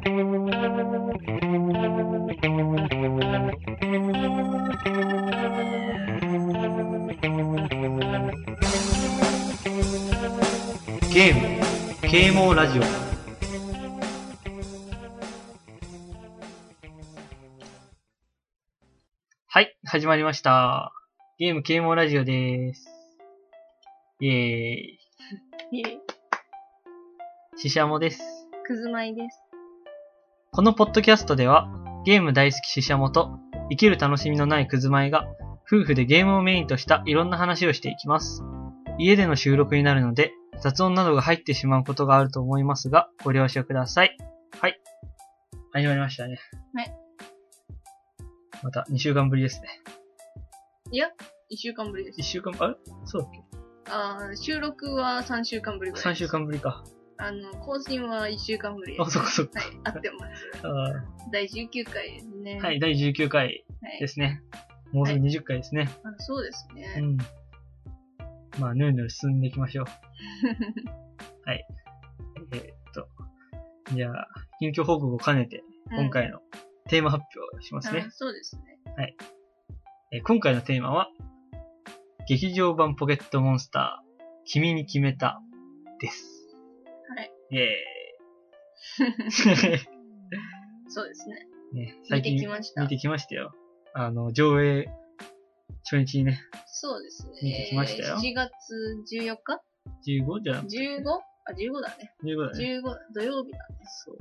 ゲーム、啓蒙ラジオ。はい、始まりました。ゲーム、啓蒙ラジオです。イェーイ。ししゃもです。 くずまいです。 このポッドキャストでは、ゲーム大好きししゃもと、生きる楽しみのないくずまいが、夫婦でゲームをメインとしたいろんな話をしていきます。家での収録になるので、雑音などが入ってしまうことがあると思いますが、ご了承ください。はい。始まりましたね。 はい。 また2週間ぶりですね。 いや、1週間ぶりです。 1週間、あれそうだっけ？ 収録は3週間ぶりぐらいです。 3週間ぶりか。 更新は1週間ぶりです。 あ、そっかそっか。 はい、合ってます。第19回ですね。 はい、第19回ですね。はい、もうすぐ20回ですね。 はい、そうですね。 うん。まあ、ぬるぬる進んでいきましょう。はい。じゃあ、近況報告を兼ねて、今回のテーマ発表しますね。 そうですね。 はい。今回のテーマは、劇場版ポケットモンスター、君に決めた、です。 はい。 イェーイ。 そうですね。 最近見てきましたよ。上映初日にね。 そうですね。 見てきましたよ。 7月14日 ?15 じゃん。 15？ 15だね。 15だね。 15、土曜日だね。 そう。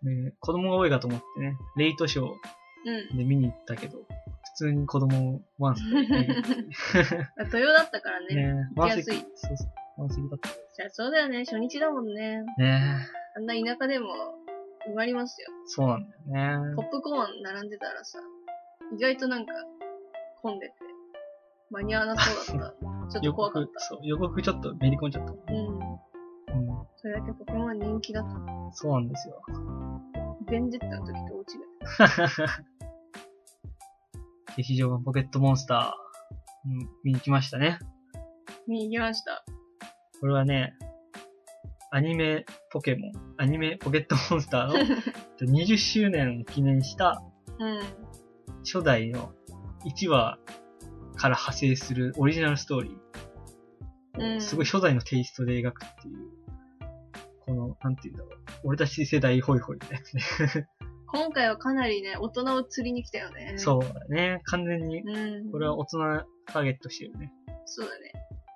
ね、子供が多いかと思ってね、レイトショーで見に行ったけど、普通に子供ワンスで見に行って。 豊だったからね。行きやすい。 そうそう。ワンスだった。 そうだよね。初日だもんね。 ねあんな田舎でも埋まりますよ。 そうなんだよね。 ポップコーン並んでたらさ、意外となんか混んでて、間に合わなそうだった。ちょっと怖かった。 そう、予告ちょっとめり込んじゃった。 それだけポケモン人気だった。 そうなんですよ。 ベンジェッタの時と大違い。 劇場版ポケットモンスター、見に来ましたね。 見に行きました。 これはね、アニメポケットモンスターの20周年を記念した、初代の1話から派生するオリジナルストーリー。すごい初代のテイストで描くっていう、この、なんていうんだろう。俺たち世代ホイホイみたいなね。 今回はかなりね、大人を釣りに来たよね。 そうだね。完全に、これは大人ターゲットしてるね。 そうだね。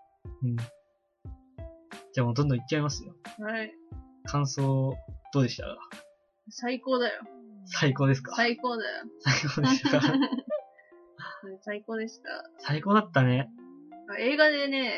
じゃあもうどんどんいっちゃいますよ。 はい。 感想、どうでしたか？ 最高だよ。 最高ですか？ 最高だよ。 最高でしたか？ 最高でした。 最高だったね。 映画でね、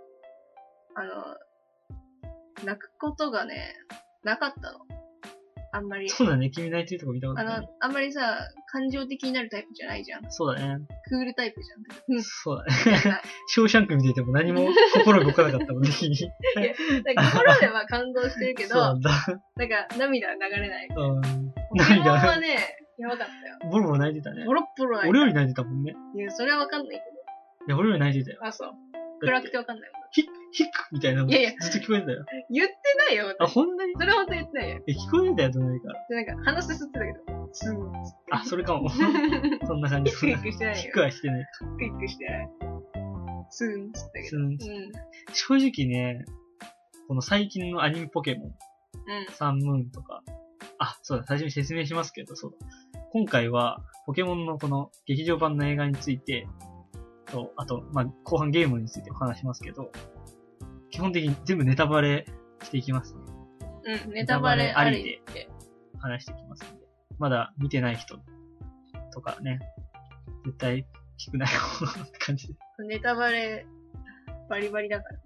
泣くことがね、なかったの。あんまり。 そうだね。君泣いてるとこ見たことない。 あんまりさ、感情的になるタイプじゃないじゃん。 そうだね。 クールタイプじゃん。 そうだね。ショーシャンク見てても何も心動かなかったもんね。いや、心では感動してるけど、なんか涙は流れない。涙はね、やばかったよ。 ボロボロ泣いてたね。 ボロッボロ泣いた。 俺より泣いてたもんね。 いや、それはわかんないけど。 いや、俺より泣いてたよ。 あ、そう。暗くてわかんないもん。 ヒックみたいなのずっと聞こえんだよ。 言ってないよ。 あ、ほんとに？ それはほんと言ってないよ。 聞こえんだよ、隣から。 で、なんか、鼻すすってたけど。 あ、それかも。そんな感じ。 クイックしてないよ。 キックはしてない。 クイックしてない。スーンつったけど。 正直ね、この最近のアニメポケモン、サンムーンとか、あ、そうだ、最初に説明しますけど、そうだ。今回は、ポケモンのこの劇場版の映画について、あと、後半ゲームについてお話しますけど、基本的に全部ネタバレしていきますね。 ネタバレありで話していきますので、まだ見てない人とかね、絶対聞くなよって感じで。 ネタバレバリバリだから。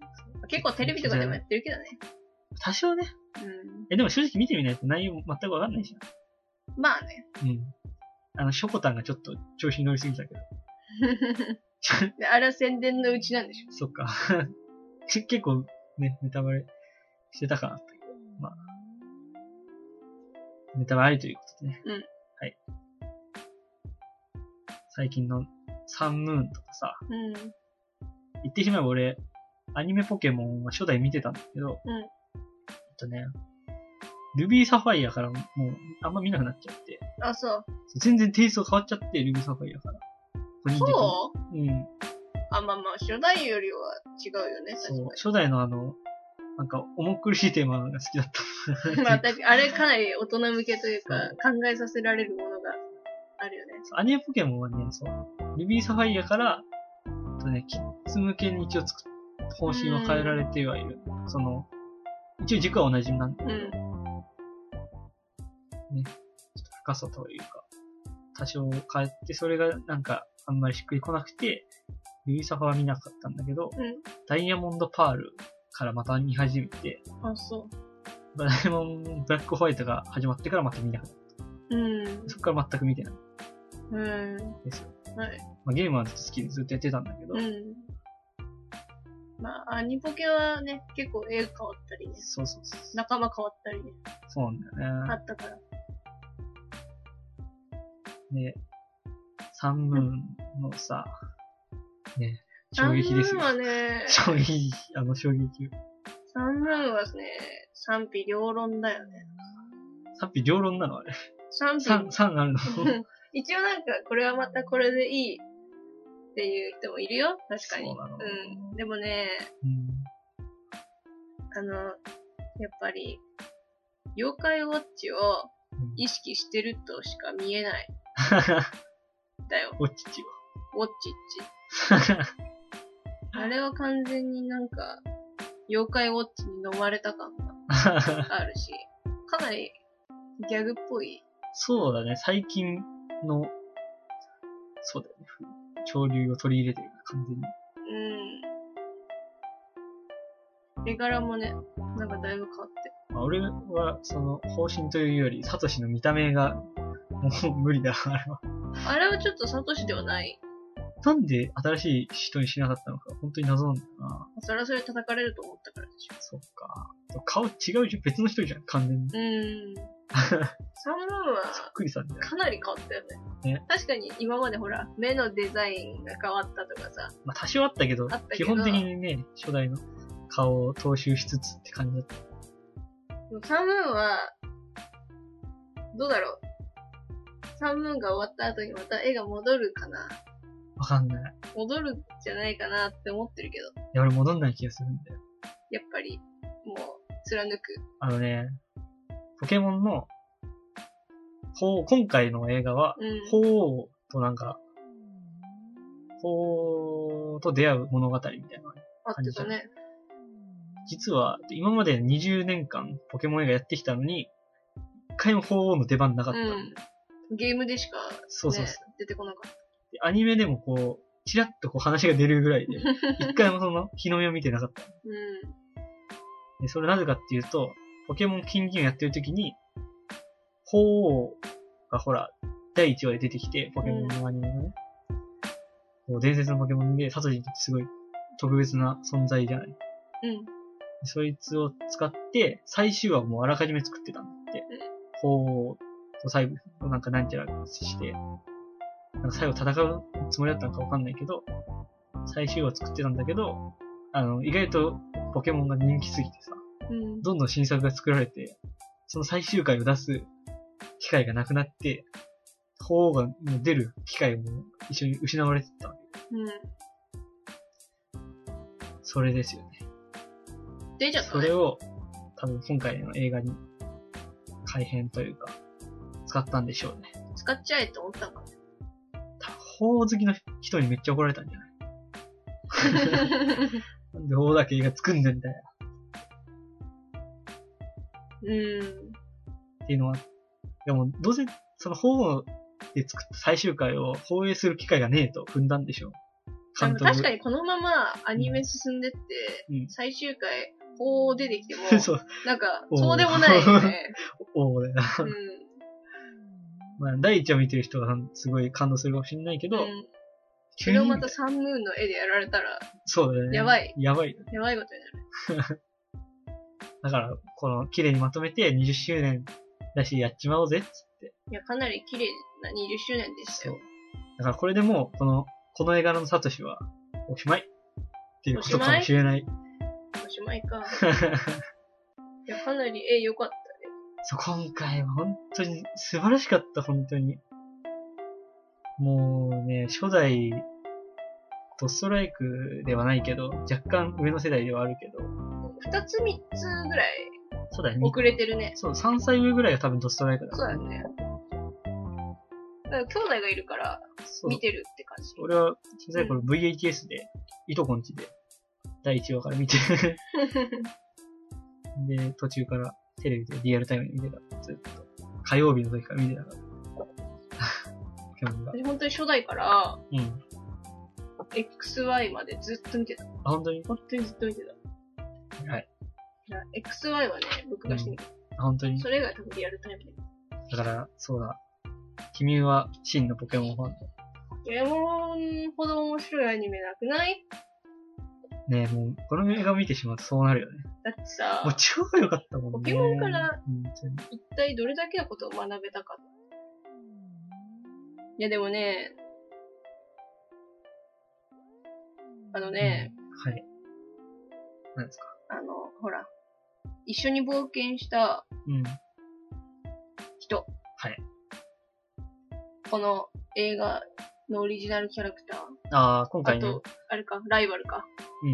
結構テレビとかでもやってるけどね。 多少ね。でも正直見てみないと内容全くわかんないじゃん。 まあね。 ショコタンがちょっと調子に乗りすぎたけど。 あれは宣伝のうちなんでしょ。 そっか。結構ね、ネタバレしてたかなという。ネタバレありということでね。はい。最近のサンムーンとかさ。言ってしまえば俺、アニメポケモンは初代見てたんだけど、 ルビーサファイアからもうあんま見なくなっちゃって。 あ、そう。 全然テイスト変わっちゃって、ルビーサファイアから。 そううん。あ、まあまあ、初代よりは違うよね、 そう。初代のなんか、重苦しいテーマが好きだった。 まあ、あれかなり大人向けというか、考えさせられるものがあるよね。 アニメポケモンはね、そう。ルビーサファイアから、キッズ向けに一応方針は変えられてはいる。一応軸は同じなんだけど。ね。ちょっと深さというか、多少変えて、それがなんか、あんまりしっくりこなくて、ルビーサファは見なかったんだけど、ダイヤモンドパールからまた見始めて、 あ、そう。 ダイヤモンドブラックホワイトが始まってからまた見なかった。そこから全く見てない。ですよ。はい。まあ、ゲームはずっと好きでずっとやってたんだけど。 まあ、アニポケはね、結構絵変わったりね。 そう。 仲間変わったりね。 そうなんだよね。 あったから。 で、サンムーンのさ、ね、衝撃ですよ。 サンムーンはね、 衝撃。 サンムーンはね、賛否両論だよね。 賛否両論なのあれ。賛あるの一応なんか、これはまたこれでいいっていう人もいるよ。確かに。 そうなの。 でもね、やっぱり、妖怪ウォッチを意識してるとしか見えない。だよ。 ウォッチッチは。ウォッチッチ。あれは完全になんか、妖怪ウォッチに飲まれた感があるし、かなりギャグっぽい。 そうだね、最近の、そうだよね、潮流を取り入れてる完全に。 絵柄もね、なんかだいぶ変わって。 俺は、方針というより、サトシの見た目が、もう無理だ、あれは。 あれはちょっとサトシではない。 なんで新しい人にしなかったのか、本当に謎なんだよな。 それはそれ叩かれると思ったからでしょ。 そっか。顔違うじゃん、別の人じゃん、完全に。 サンムーンは、 そっくりさんじゃん。 かなり変わったよね。確かに今までほら、目のデザインが変わったとかさ。 まあ多少あったけど、基本的にね、初代の顔を踏襲しつつって感じだった。 サンムーンは、どうだろう。サンムーンが終わった後にまた絵が戻るかな。 わかんない。 戻るんじゃないかなって思ってるけど。 いや、俺戻んない気がするんだよ。 やっぱり、もう、貫く。 ポケモンの、今回の映画は、鳳凰となんか、鳳凰と出会う物語みたいな感じだね。 実は、今まで20年間ポケモン映画やってきたのに、一回も鳳凰の出番なかったんだよ。 ゲームでしか、ね、 そう出てこなかった。 アニメでもこう、チラッとこう話が出るぐらいで、一回も日の目を見てなかった。で、それなぜかっていうと、ポケモン金銀をやってる時に、鳳凰がほら、第1話で出てきて、ポケモンのアニメのね、こう伝説のポケモンで、サトシにとってすごい特別な存在じゃない。そいつを使って、最終話をもうあらかじめ作ってたんだって。鳳凰と最後、なんかなんちゃらして、なんか最後戦うつもりだったのかわかんないけど、最終話作ってたんだけど、意外とポケモンが人気すぎてさ、どんどん新作が作られて、その最終回を出す機会がなくなって、鳳凰が出る機会も一緒に失われてた。それですよね。 出ちゃったね。 それを、多分今回の映画に改編というか、使ったんでしょうね。 使っちゃえって思ったのかね。 鳳凰好きの人にめっちゃ怒られたんじゃないなんで鳳凰だけ映画作んねんだよ。っていうのは、でもどうせその鳳凰で作った最終回を放映する機会がねえと踏んだんでしょう。 確かにこのままアニメ進んでって、最終回鳳凰出てきても、なんかそうでもないよね。 鳳凰だよな。まあ、第一話見てる人はすごい感動するかもしれないけど、 それをまたサンムーンの絵でやられたら、 そうだよね。 やばい。 やばい。 やばいことになる。 だから、この綺麗にまとめて20周年だしやっちまおうぜっつって。 いや、かなり綺麗な20周年でしたよ。 だからこれでもう、この映画のサトシは、おしまいっていうことかもしれない。 おしまいか。いや、かなり絵良かったね。 そう、今回は本当に素晴らしかった、本当に。もうね、初代ドストライクではないけど、若干上の世代ではあるけど。 2つ3つぐらいそうだよね。 遅れてるね。 そう、3歳上ぐらいが多分ドストライクだ、ね。 そうだよね。だから兄弟がいるから、見てるって感じ。 俺は小さい頃 VHS で、いとこんちで、第1話から見てで、途中からテレビでリアルタイムで見てた。ずっと。火曜日の時から見てたから。 私本当に初代から、 うん。 XY までずっと見てた。 あ、本当に？ 本当にずっと見てた。はい。XY はね、録画してみた。 あ、本当に？ それ以外多分リアルタイムで。 だから、そうだ。君は真のポケモンファンだ。 ポケモンほど面白いアニメなくない？ ねえ、もう、この映画を見てしまうとそうなるよね。 だってさ、 もう超良かったもんね。 ポケモンから一体どれだけのことを学べたか。いやでもね、 はい。何ですか？ ほら、一緒に冒険した人。 はい。 この映画のオリジナルキャラクター。 ああ、今回ね。 あと、あれか、ライバルか。 うん。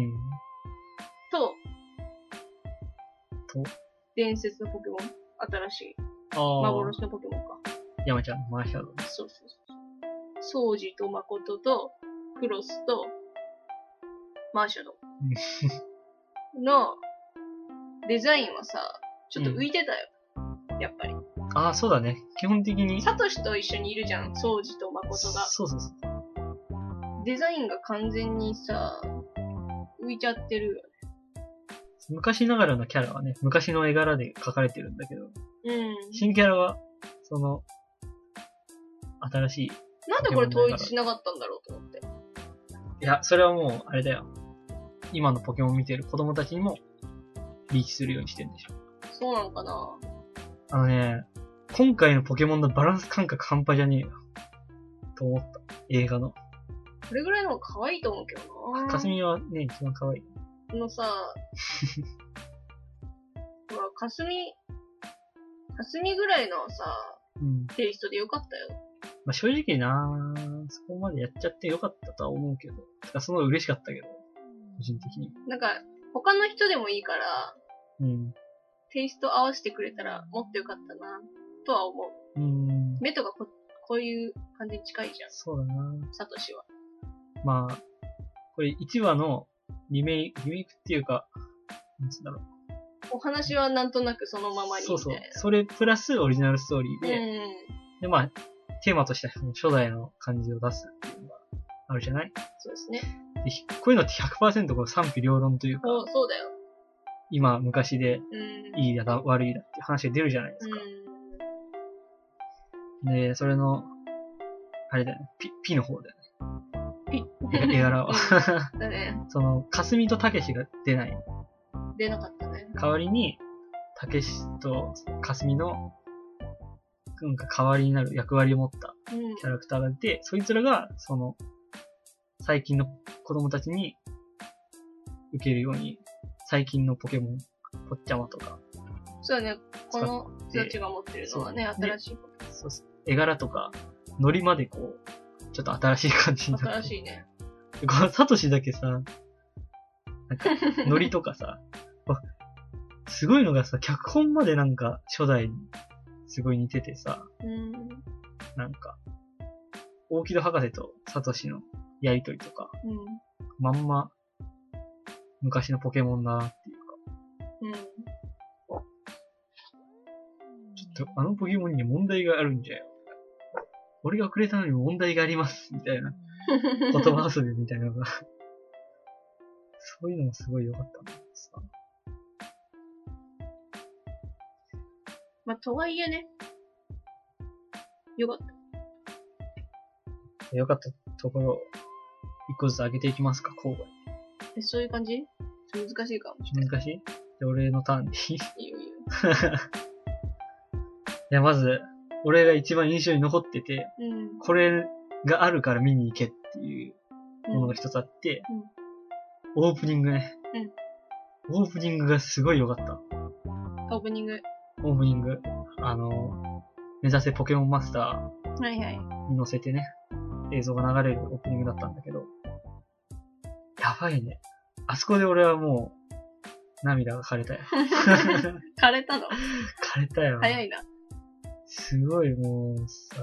伝説のポケモン。新しい。幻のポケモンか。 山ちゃんのマーシャドウ。 そう。ソウジとマコトと、クロスと、マーシャドウ。の、デザインはさ、ちょっと浮いてたよ。やっぱり。 ああ、そうだね。基本的に。 サトシと一緒にいるじゃん。ソウジとマコトが。 そう。 デザインが完全にさ、浮いちゃってるよね。 昔ながらのキャラはね、昔の絵柄で描かれてるんだけど、新キャラは、新しい。 なんでこれ統一しなかったんだろうと思って。 いや、それはもう、あれだよ。今のポケモン見てる子供たちにも、リーチするようにしてるんでしょ。 そうなのかな？ 今回のポケモンのバランス感覚半端じゃねえよ。と思った。映画の。 これぐらいの方が可愛いと思うけどな。 かすみはね、一番可愛い。 さ、ほら、かすみぐらいのさ、テイストでよかったよ。 まあ、正直な、そこまでやっちゃってよかったとは思うけど。その嬉しかったけど、個人的に。 なんか、他の人でもいいから、テイスト合わせてくれたらもっとよかったな、とは思う。目とかこういう感じに近いじゃん。 そうだな。 サトシは。 まあ、これ1話のリメイクっていうか、なんつうんだろう。 お話はなんとなくそのままにみたいな。 そう。それプラスオリジナルストーリーで、で、まあ、テーマとしては初代の感じを出すっていうのがあるじゃない？ そうですね。 でこういうのって 100% こう賛否両論というか、 そうだよ。 今、昔でいいだ、悪いだって話が出るじゃないですか。で、それの、あれだよね、ピの方だよね。絵柄は。 だね。 かすみとたけしが出ない。 出なかったね。 代わりに、たけしとかすみの、なんか代わりになる役割を持ったキャラクターがいて、そいつらが、最近の子供たちに受けるように、最近のポケモン、ポッチャマとか。 そうね、この人たちが持ってるのはね、新しいポケモン。 そう。絵柄とか、ノリまでこう、ちょっと新しい感じになって。 新しいね。 このサトシだけさ、なんか、ノリとかさ、すごいのがさ、脚本までなんか初代にすごい似ててさ、なんか、大木戸博士とサトシのやりとりとか、まんま昔のポケモンだなっていうか、ちょっとあのポケモンに問題があるんじゃよ。俺がくれたのに問題があります、みたいな言葉遊びみたいなのがそういうのもすごい良かったんだけどさ。 まあ、とはいえね。よかった。 よかったところを一個ずつ上げていきますか、交互に。 そういう感じ？難しいかもしれない。 難しい？で、俺のターンでいい？ いいよ。 いや、まず、俺が一番印象に残ってて、これがあるから見に行けっていうものが一つあって、オープニングね。オープニングがすごい良かった。 オープニング。 オープニング、目指せポケモンマスタはいはい。 ーに乗せてね、映像が流れるオープニングだったんだけど、やばいね。あそこで俺はもう、涙が枯れたよ。 枯れたの枯れたよ。 早いな。 すごいもうさ、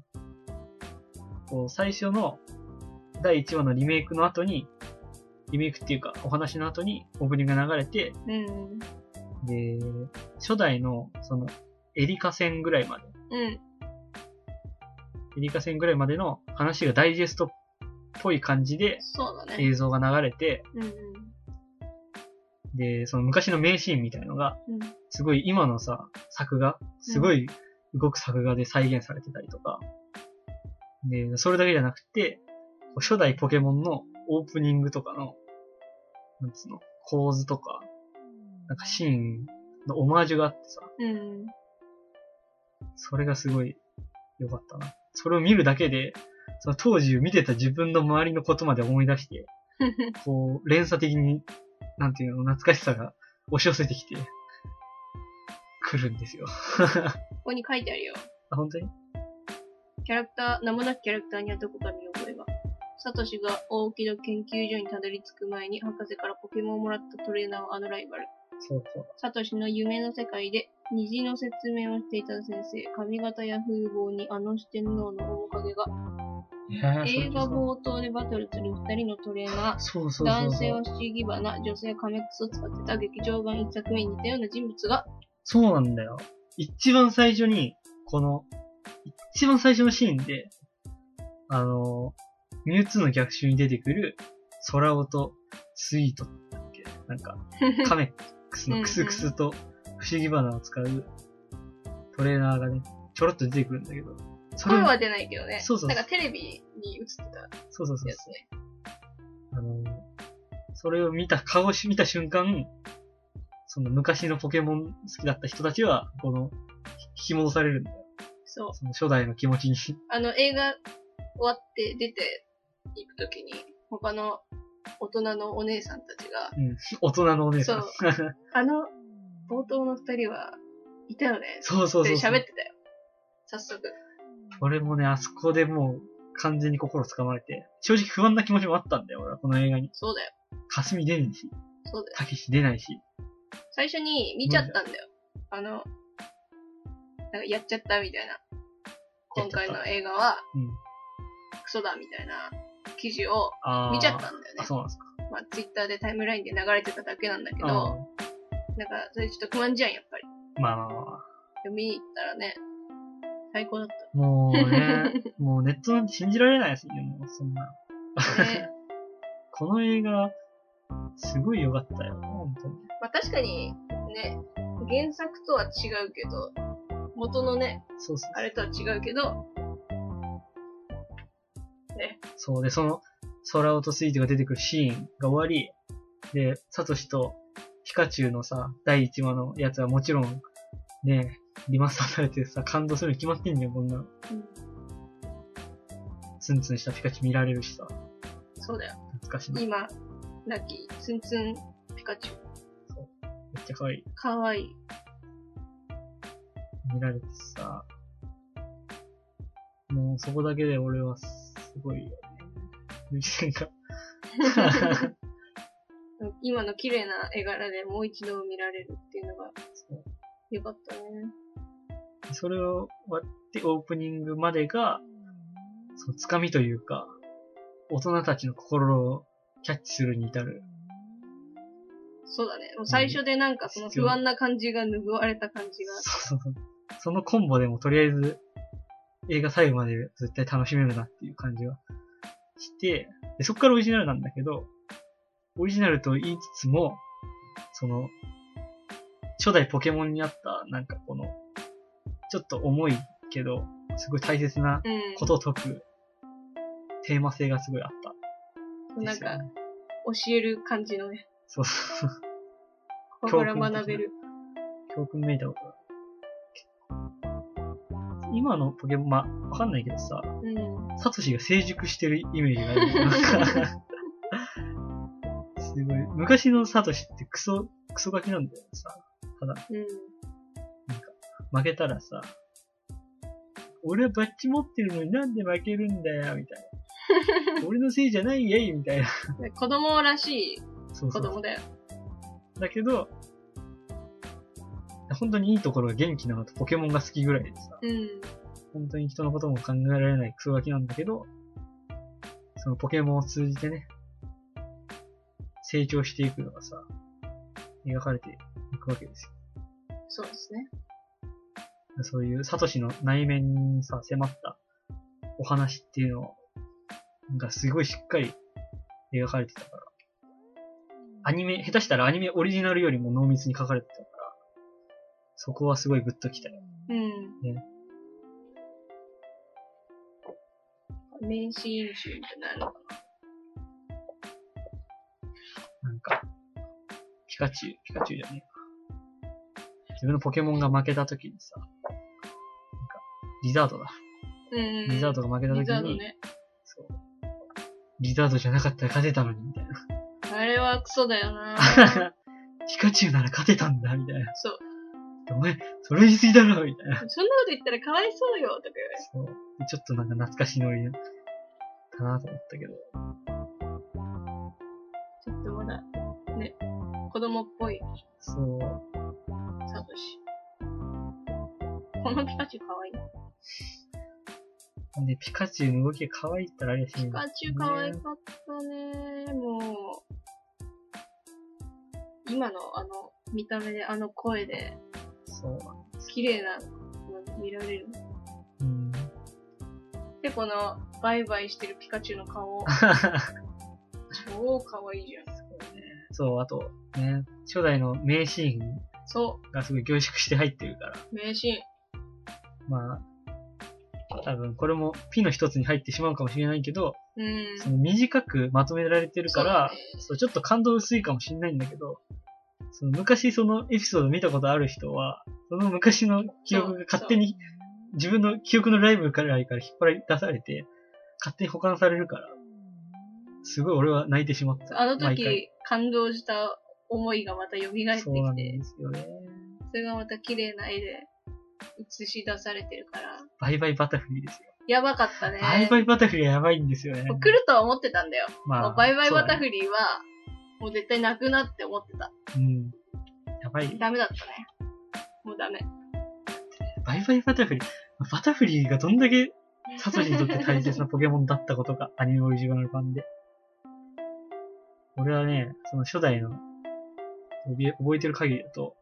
こう最初の第1話のリメイクの後に、リメイクっていうかお話の後にオープニングが流れて、 うん。 で、初代のそのエリカ戦ぐらいまで、 うん。 エリカ戦ぐらいまでの話がダイジェストっぽい感じでそうだね。 映像が流れて、 うんうん。 で、その昔の名シーンみたいのが、 うん。 すごい今のさ、作画、すごい動く作画で再現されてたりとか、で、それだけじゃなくて、初代ポケモンのオープニングとかの、なんつうの、構図とか、なんかシーンのオマージュがあってさ、 うん。 それがすごい良かったな。それを見るだけで、その当時見てた自分の周りのことまで思い出して、こう、連鎖的に、なんていうの、懐かしさが押し寄せてきて、来るんですよ。 ここに書いてあるよ。 あ、本当に？ キャラクター、名もなきキャラクターにはどこか見覚えが。サトシが大木戸研究所にたどり着く前に博士からポケモンをもらったトレーナーはあのライバル。 そうそう。 サトシの夢の世界で虹の説明をしていた先生、髪型や風貌にあの四天王の面影が。映画冒頭でバトルする二人のトレーナー、 そうそうそうそう。 男性は不思議花、女性はカメックスを使ってた劇場版一作目に似たような人物が。 そうなんだよ。一番最初に、一番最初のシーンで、ミュウツーの逆襲に出てくる、空音スイートだっけなんか、カメックスのクスクスと不思議花を使うトレーナーがね、ちょろっと出てくるんだけど。 声は出ないけどね。 そうそうそう。 なんかテレビに映ってたやつね。 そうそうそう。それを顔を見た瞬間、その昔のポケモン好きだった人たちは、引き戻されるんだよ。 そう。 その初代の気持ちに。 映画終わって出て行くときに、他の大人のお姉さんたちが、 うん、大人のお姉さん。 そう。冒頭の二人はいたよね。 そうそうそう。 って喋ってたよ。早速。 俺もね、あそこでもう完全に心つかまれて、正直不安な気持ちもあったんだよ、俺はこの映画に。 そうだよ。 かすみ出ないし。 そうだよ。 たけし出ないし。 最初に見ちゃったんだよ。なんかやっちゃったみたいな。今回の映画は、クソだみたいな記事を見ちゃったんだよね。 あ、そうなんですか。 まあ、ツイッターでタイムラインで流れてただけなんだけど、なんか、それちょっと不安じゃん、やっぱり。 まあ。 見に行ったらね、最高だった。 もうね、もうネットなんて信じられないですよ、もうそんな。ね、この映画、すごい良かったよ、本当に。 まあ確かに、ね、原作とは違うけど、元のね、 そうそう、 あれとは違うけど、ね。 そうで、その、空音スイートが出てくるシーンが終わり、で、サトシとピカチュウのさ、第1話のやつはもちろん、ね、リマスターされてさ、感動するに決まってんじゃん、こんなの。ツンツンしたピカチュウ見られるしさ。 そうだよ。 懐かしい。 今、ラッキー、ツンツンピカチュウ。 そう。めっちゃ可愛い。 可愛い。 見られてさ、もうそこだけで俺はすごいよね。涙腺が。 今の綺麗な絵柄でもう一度見られるっていうのがよかったね。 それを割ってオープニングまでが、そのつかみというか、大人たちの心をキャッチするに至る。 そうだね。もう最初でなんかその不安な感じが拭われた感じが。 そうそう。そのコンボでもとりあえず映画最後まで絶対楽しめるなっていう感じがして、でそっからオリジナルなんだけど、オリジナルと言いつつも、その、初代ポケモンにあった、なんかこの、ちょっと重いけど、すごい大切なことを解く、テーマ性がすごいあった、 ね。なんか、教える感じのね。 そうそう。 ここから学べる。 教訓めいたことが。今のポケモン、まあ、わかんないけどさ、サトシが成熟してるイメージがある。なんかすごい。昔のサトシってクソガキなんだよさ。ただ。なんか、 負けたらさ、俺はバッジ持ってるのになんで負けるんだよ、みたいな。俺のせいじゃないやい、みたいな。 子供らしいそうそう子供だよ。 だけど、本当にいいところが元気なのとポケモンが好きぐらいでさ、本当に人のことも考えられないクソガキなんだけど、そのポケモンを通じてね、成長していくのがさ、描かれていくわけですよ。 そうですね。 そういうサトシの内面にさ、迫ったお話っていうのがすごいしっかり描かれてたから。アニメ、下手したらアニメオリジナルよりも濃密に書かれてたから、そこはすごいグッときたよ。ね。 名シーン集みたいなのかな。なんか、ピカチュウじゃねえか。自分のポケモンが負けた時にさ、なんか、リザードだ。リザードが負けた時に、 リザードね。 そう。リザードじゃなかったら勝てたのに、みたいな。 あれはクソだよなピカチュウなら勝てたんだ、みたいな。 そう。 お前、それ言い過ぎだろ、みたいな。 そんなこと言ったらかわいそうよ、とか言われて。そう。ちょっとなんか懐かしいノリだなと思ったけど。 ちょっとまだ、ね、子供っぽい。 そう。 サトシ。このピカチュウかわいい。 で、ピカチュウの動きが可愛いったらあれやしね。 ピカチュウかわいかったね。もう、今の見た目で声で、 そうなんです。 綺麗なの見られる。で、この、バイバイしてるピカチュウの顔。超可愛いじゃん。 そう、あと、ね、初代の名シーンがすごい凝縮して入ってるから。 名シーン。 まあ、多分これもピの一つに入ってしまうかもしれないけど、その短くまとめられてるから、そうちょっと感動薄いかもしれないんだけど、その昔そのエピソード見たことある人は、その昔の記憶が勝手に自分の記憶のライブから引っ張り出されて、勝手に保管されるから、すごい俺は泣いてしまった。 あの時感動した思いがまた蘇ってきて、 そうなんですよね。 それがまた綺麗な絵で映し出されてるから。 バイバイバタフリーですよ。 やばかったね。 バイバイバタフリーはやばいんですよね。 来るとは思ってたんだよ。まあ、バイバイバタフリーは、もう絶対泣くなって思ってた。 やばい。 ダメだったね。もうダメ。 バイバイバタフリー。バタフリーがどんだけサトシにとって大切なポケモンだったことか、アニメオリジナル版で。俺はね、その初代の、覚えてる限りだと、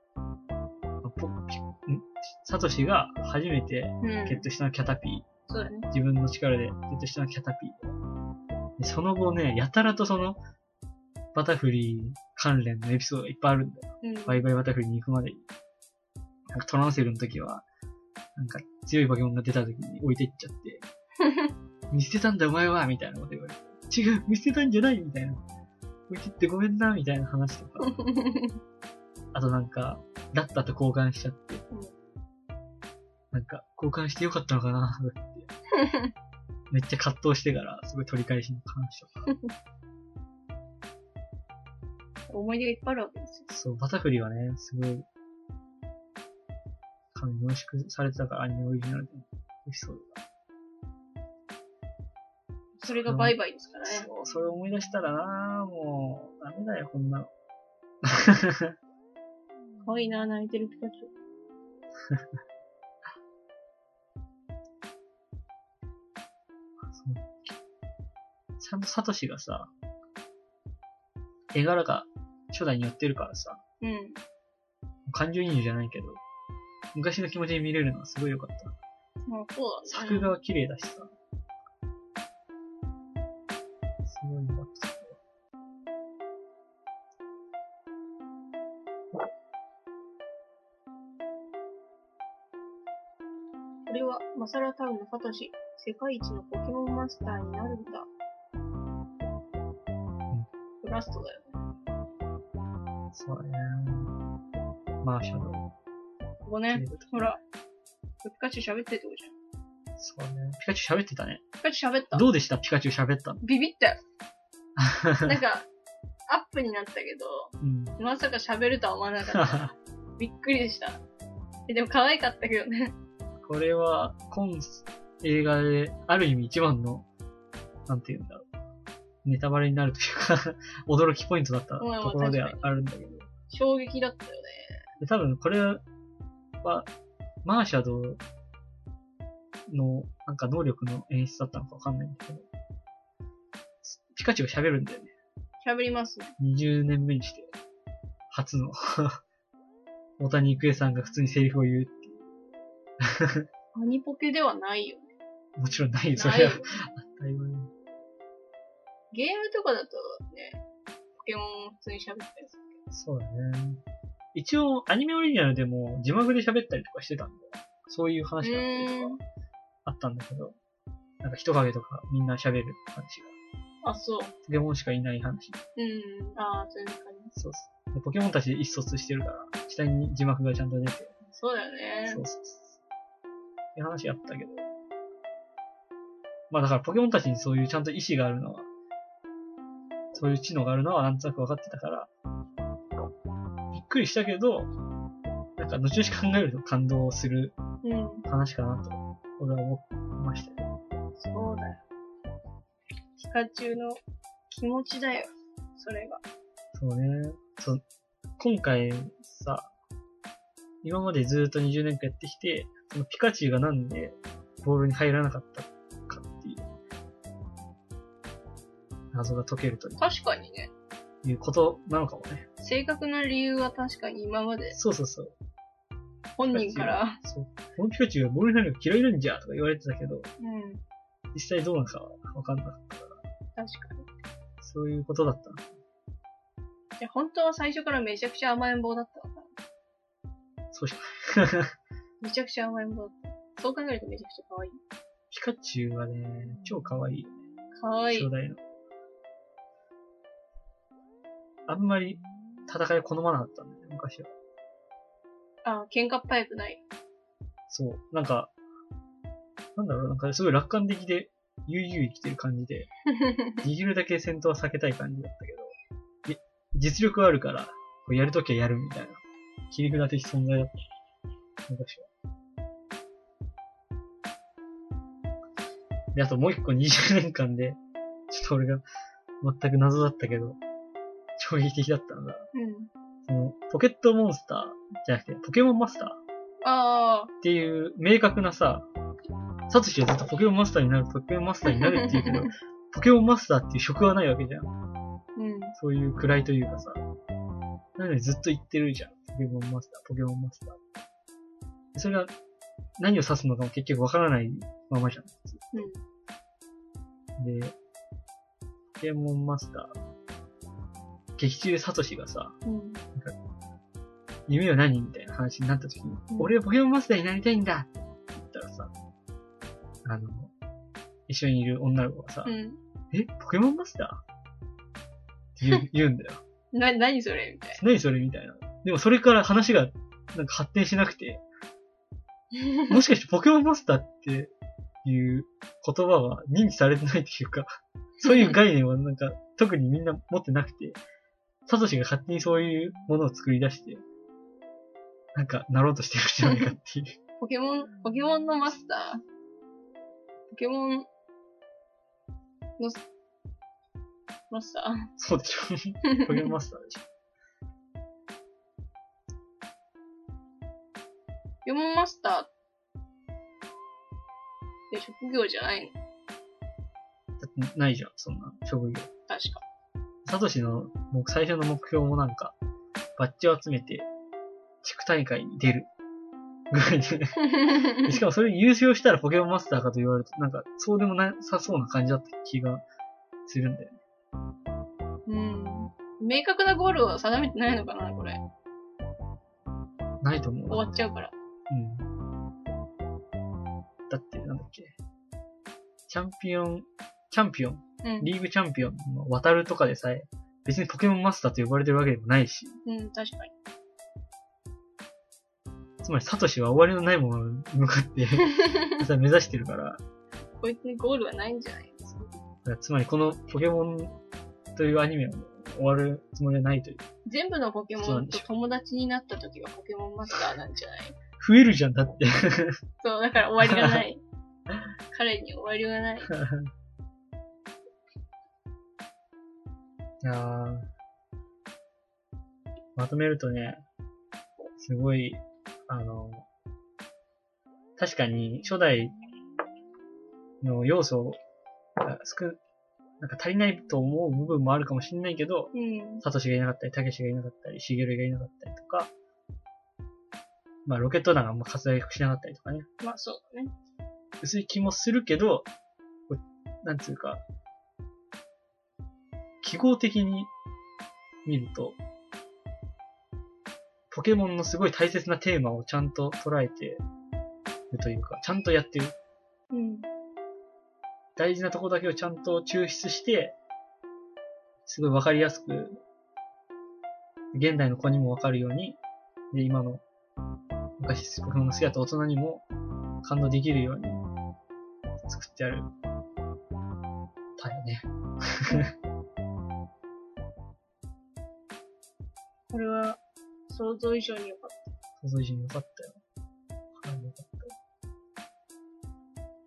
サトシが初めてゲットしたのキャタピー。 そうだね。 自分の力でゲットしたのキャタピー。でその後ね、やたらとその、バタフリー関連のエピソードがいっぱいあるんだよ。バイバイバタフリーに行くまでに。なんかトランセルの時は、なんか強いポケモンが出た時に置いていっちゃって、見捨てたんだお前はみたいなこと言われて、違う、見捨てたんじゃないみたいな。置いてってごめんなみたいな話とか。あとなんか、ラッタと交換しちゃって、なんか、交換してよかったのかなとか言って、めっちゃ葛藤してから、すごい取り返しの話とか。 思い出がいっぱいあるわけですよ。 そう、バタフリーはね、すごい、かなり濃縮されてたから、アニメオリジナルのエピソードが。 それがバイバイですからね。 そう、それを思い出したらなもう、ダメだよ、こんなの。 かわいいな泣いてるピカチュウ。 ちゃんとサトシがさ、絵柄が初代に寄ってるからさ、感情移入じゃないけど、昔の気持ちに見れるのはすごい良かった。 まあ、そうだね。 作画は綺麗だしさ、すごい良かった。 これはマサラタウンのサトシ、世界一のポケモンマスターになるんだ。ラストだよね。 そうだね。マーシャドウ。 ここね、ほら、ピカチュウ喋ってるとこじゃん。 そうね。ピカチュウ喋ってたね。 ピカチュウ喋った。 どうでしたピカチュウ喋ったの？ ビビったよ。なんか、アップになったけど、まさか喋るとは思わなかった。びっくりでした。 でも可愛かったけどね。 これは、映画で、ある意味一番の、なんて言うんだろう。ネタバレになるというか、驚きポイントだったところではあるんだけど。 衝撃だったよね。 で多分これは、マーシャドの、なんか能力の演出だったのかわかんないんだけど、ピカチュウが喋るんだよね。 喋りますね。 20年目にして、初の、大谷育恵さんが普通にセリフを言うっていう。 アニポケではないよね。 もちろんないよ、それは。当たり前。 ゲームとかだとね、ポケモン普通に喋ったりするけど。 そうだね。一応、アニメオリジナルでも字幕で喋ったりとかしてたんだよ。そういう話があったんだけど、なんか人影とかみんな喋る話が。 あ、そう。 ポケモンしかいない話。 ああ、そういう感じ。 そうそうで。ポケモンたちで一卒してるから、下に字幕がちゃんと出て。 そうだよね。 そうそうそう。って話あったけど。まあだからポケモンたちにそういうちゃんと意志があるのは、そういう知能があるのはなんとなく分かってたから、びっくりしたけど、なんか後々考えると感動する話かなと、俺は思いましたよ。 そうだよ。ピカチュウの気持ちだよ、それが。 そうね。今回さ、今までずっと20年間やってきて、そのピカチュウがなんでボールに入らなかったかっていう謎が解けるという。 確かにね。 いうことなのかもね。 正確な理由は確かに今まで。 そうそうそう。 本人から。 そう。このピカチュウがボールに入るの嫌いなんじゃとか言われてたけど、実際どうなのかわかんなかったから。 確かに。 そういうことだったの。 じゃあ本当は最初からめちゃくちゃ甘えん坊だったのかな。 そうじゃない。 めちゃくちゃ甘えん坊だった。そう考えるとめちゃくちゃ可愛い。 ピカチュウはね、超可愛いよね。 可愛い。 初代の。あんまり戦い好まなかったんだよね、昔は。 あ、喧嘩パイプない。 そう。なんか、なんだろう、なんかすごい楽観的で、悠々生きてる感じで、できるだけ戦闘は避けたい感じだったけど、実力はあるから、こうやるときはやるみたいな、切り札的存在だった。昔は。で、あともう一個20年間で、ちょっと俺が全く謎だったけど、衝撃的だったのが、その、ポケットモンスターじゃなくて、ポケモンマスターっていう明確なさ、サトシはずっとポケモンマスターになるって言うけど、ポケモンマスターっていう職はないわけじゃん。そういう位というかさ、なのでずっと言ってるじゃん。ポケモンマスター。それが何を指すのかも結局わからないままじゃん。で、ポケモンマスター。劇中でサトシがさ、なんか夢は何みたいな話になった時に、俺はポケモンマスターになりたいんだって言ったらさ、一緒にいる女の子がさ、ポケモンマスターって言うんだよ。 何それみたいな。 何それみたいな。でもそれから話がなんか発展しなくて、もしかしてポケモンマスターっていう言葉は認知されてないっていうか、そういう概念はなんか特にみんな持ってなくて、サトシが勝手にそういうものを作り出して、なんかなろうとしてるんじゃないかっていう。 ポケモンのマスターポケモンのマスターそうでしょ。ポケモンマスターでしょ。 ポケモンマスターって職業じゃないの？ だってないじゃん、そんな職業。 確か。 サトシの最初の目標もなんか、バッジを集めて、地区大会に出る。ぐらいで。しかもそれ優勝したらポケモンマスターかと言われると、なんか、そうでもなさそうな感じだった気がするんだよね。 明確なゴールを定めてないのかな、これ。 ないと思う。 終わっちゃうから。 だって、なんだっけ。チャンピオン、リーグチャンピオンの渡るとかでさえ、別にポケモンマスターと呼ばれてるわけでもないし。 確かに。 つまり、サトシは終わりのないものに向かって、目指してるから。 こいつにゴールはないんじゃないですか。 つまり、このポケモンというアニメは終わるつもりはないという。 全部のポケモンと友達になった時はポケモンマスターなんじゃない？ 増えるじゃん、だって。 そう、だから終わりがない。彼に終わりがない。 いやー、まとめるとね、すごい、確かに初代の要素がなんか足りないと思う部分もあるかもしれないけど、サトシがいなかったり、タケシがいなかったり、シゲルがいなかったりとか、まあロケット弾があんま活躍しなかったりとかね。 まあそうだね。 薄い気もするけど、なんつうか、記号的に見ると、ポケモンのすごい大切なテーマをちゃんと捉えてるというか、ちゃんとやってる。大事なとこだけをちゃんと抽出して、すごいわかりやすく、現代の子にもわかるように、で、今の昔ポケモンの好きだった大人にも感動できるように作ってある。だよね。 これは想像以上に良かった。 想像以上に良かったよ。かなり良かった。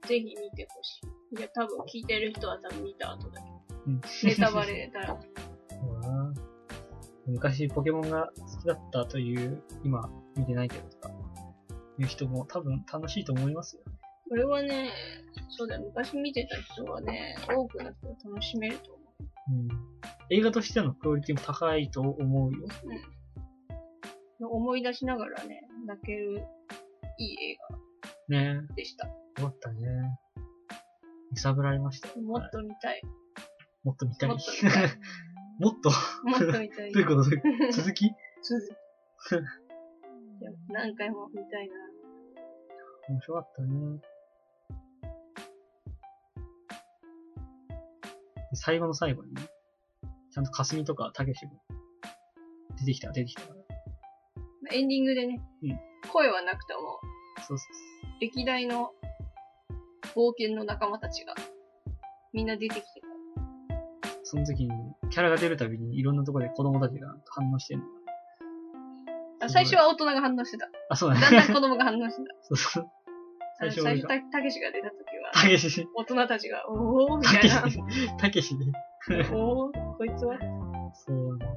ぜひ見てほしい。いや、多分聞いてる人は多分見た後だけど。ネタバレだらけ。 そうだな。昔ポケモンが好きだったという、今見てないけどさ、いう人も多分楽しいと思いますよ。 これはね、そうだよ、昔見てた人はね、多くの人が楽しめると思う。 映画としてのクオリティも高いと思うよ。 思い出しながらね、泣けるいい映画でした。 よかったね。揺さぶられました。 もっと見たい。 もっと見たい。 もっと見たい。 もっともっと見たい。 どういうこと続き何回も見たいな。 面白かったね。最後の最後にね、ちゃんとかすみとかたけしも出てきたから。 エンディングでね、声はなくても、 そう歴代の冒険の仲間たちがみんな出てきてた。 その時にキャラが出るたびにいろんなところで子供たちが反応してるのが。最初は大人が反応してた。 あ、そうだね。 だんだん子供が反応してた。 そう。 最初たけしが出た時は、大人たちが、おーみたいな。 たけしね。 おー、こいつはそうだね。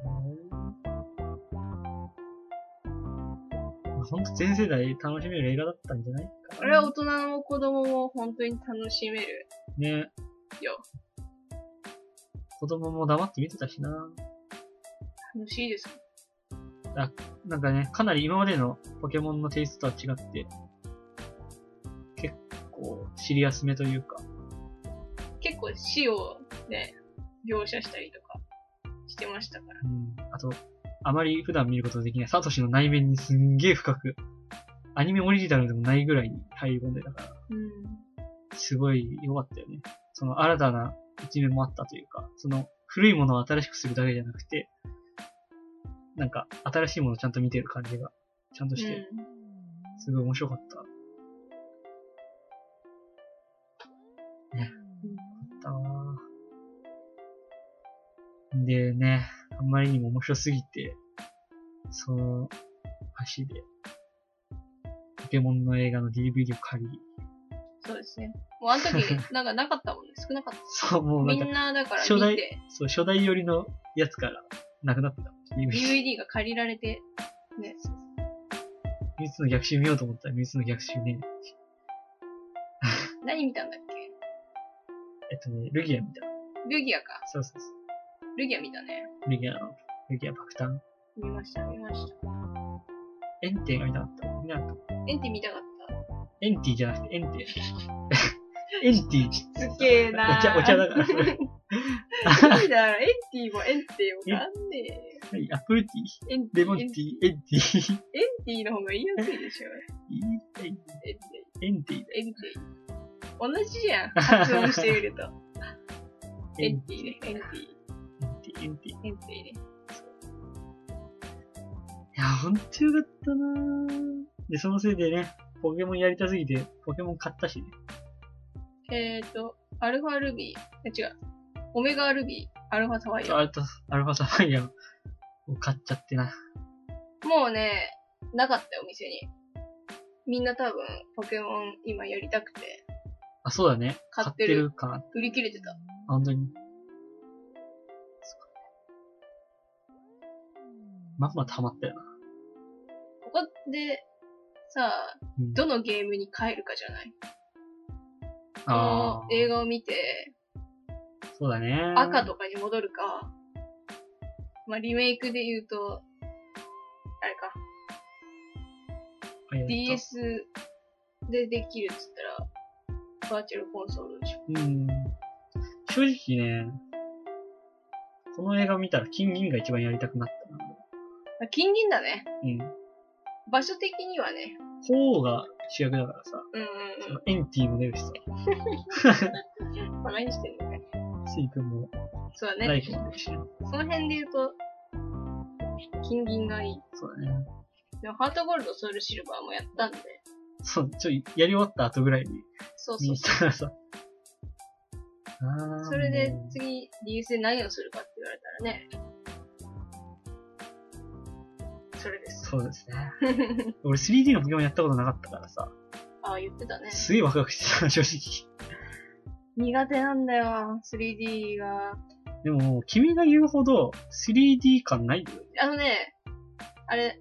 ほんと全世代楽しめる映画だったんじゃないかな。 あれは大人も子供も本当に楽しめる。 ね。 よ。 子供も黙って見てたしな。 楽しいです。 なんかね、かなり今までのポケモンのテイストとは違って、結構シリアスめというか。 結構死をね、描写したりとかしてましたから。 あと、あまり普段見ることができないサトシの内面にすんげー深く、アニメオリジナルでもないぐらいに入り込んでたから、すごい良かったよね。その新たな一面もあったというか、その古いものを新しくするだけじゃなくて、なんか新しいものをちゃんと見てる感じがちゃんとして、すごい面白かった。ね。あったわー。でね、あんまりにも面白すぎて、その足で、ポケモンの映画の DVD を借り。 そうですね。もうあの時、なんかなかったもんね。少なかった。 そう、もうなんか。 みんなだから見て。 初代寄りのやつからなくなってた。 DVD が借りられて、ね。 ミツの逆襲見ようと思ったらミツの逆襲ね。 何見たんだっけ？ ルギア見た。 ルギアか。 そう。 ルギア見たね。 ルギア爆誕。 見ました。 エンティが見たかったね。 エンティ見たかった。 エンティじゃなくてエンティ。エンティ。 しつけーなー。 お茶だからそれ。 いいだろ、エンティもエンティもなんねー。はい、アップルティー。レモンティー、エンティー。 エンティの方が言いやすいでしょ。 エンティー。 同じじゃん。発音してみると。エンティーね、エンティーね。 いや、ほんとよかったなぁ。で、そのせいでね、ポケモンやりたすぎて、ポケモン買ったしね。 アルファルビー、違う。オメガルビー、アルファサファイア。 アルファサファイアを買っちゃってな。 もうね、なかったよ、お店に。 みんな多分ポケモン今やりたくて。 あ、そうだね。 買ってるかな。 売り切れてた。 あ、本当に。まんまハマったよな。 ここで、さ、どのゲームに変えるかじゃない？この映画を見て、 そうだね。 赤とかに戻るか、まあ、リメイクで言うと、あれか。DS でできるっつったら、バーチャルコンソールでしょ。 正直ね、この映画を見たら金銀が一番やりたくなったな。 金銀だね。 うん。 場所的にはね。 鳳凰が主役だからさ。そのエンティも出るしさ。 何してんのかい。 シー君も。 そうだね。 ライクも出るし。その辺で言うと、金銀がいい。 そうだね。 でもハートゴールド、ソウルシルバーもやったんで。 そう、やり終わった後ぐらいに。 そう見たらさ。 それで次、DS で何をするかって言われたらね。それです。 そうですね。俺 3D のポケモンやったことなかったからさ。 ああ、言ってたね。 すげえワクワクしてた、正直。 苦手なんだよ、3D が。 でも、君が言うほど 3D 感ないよね。あれ、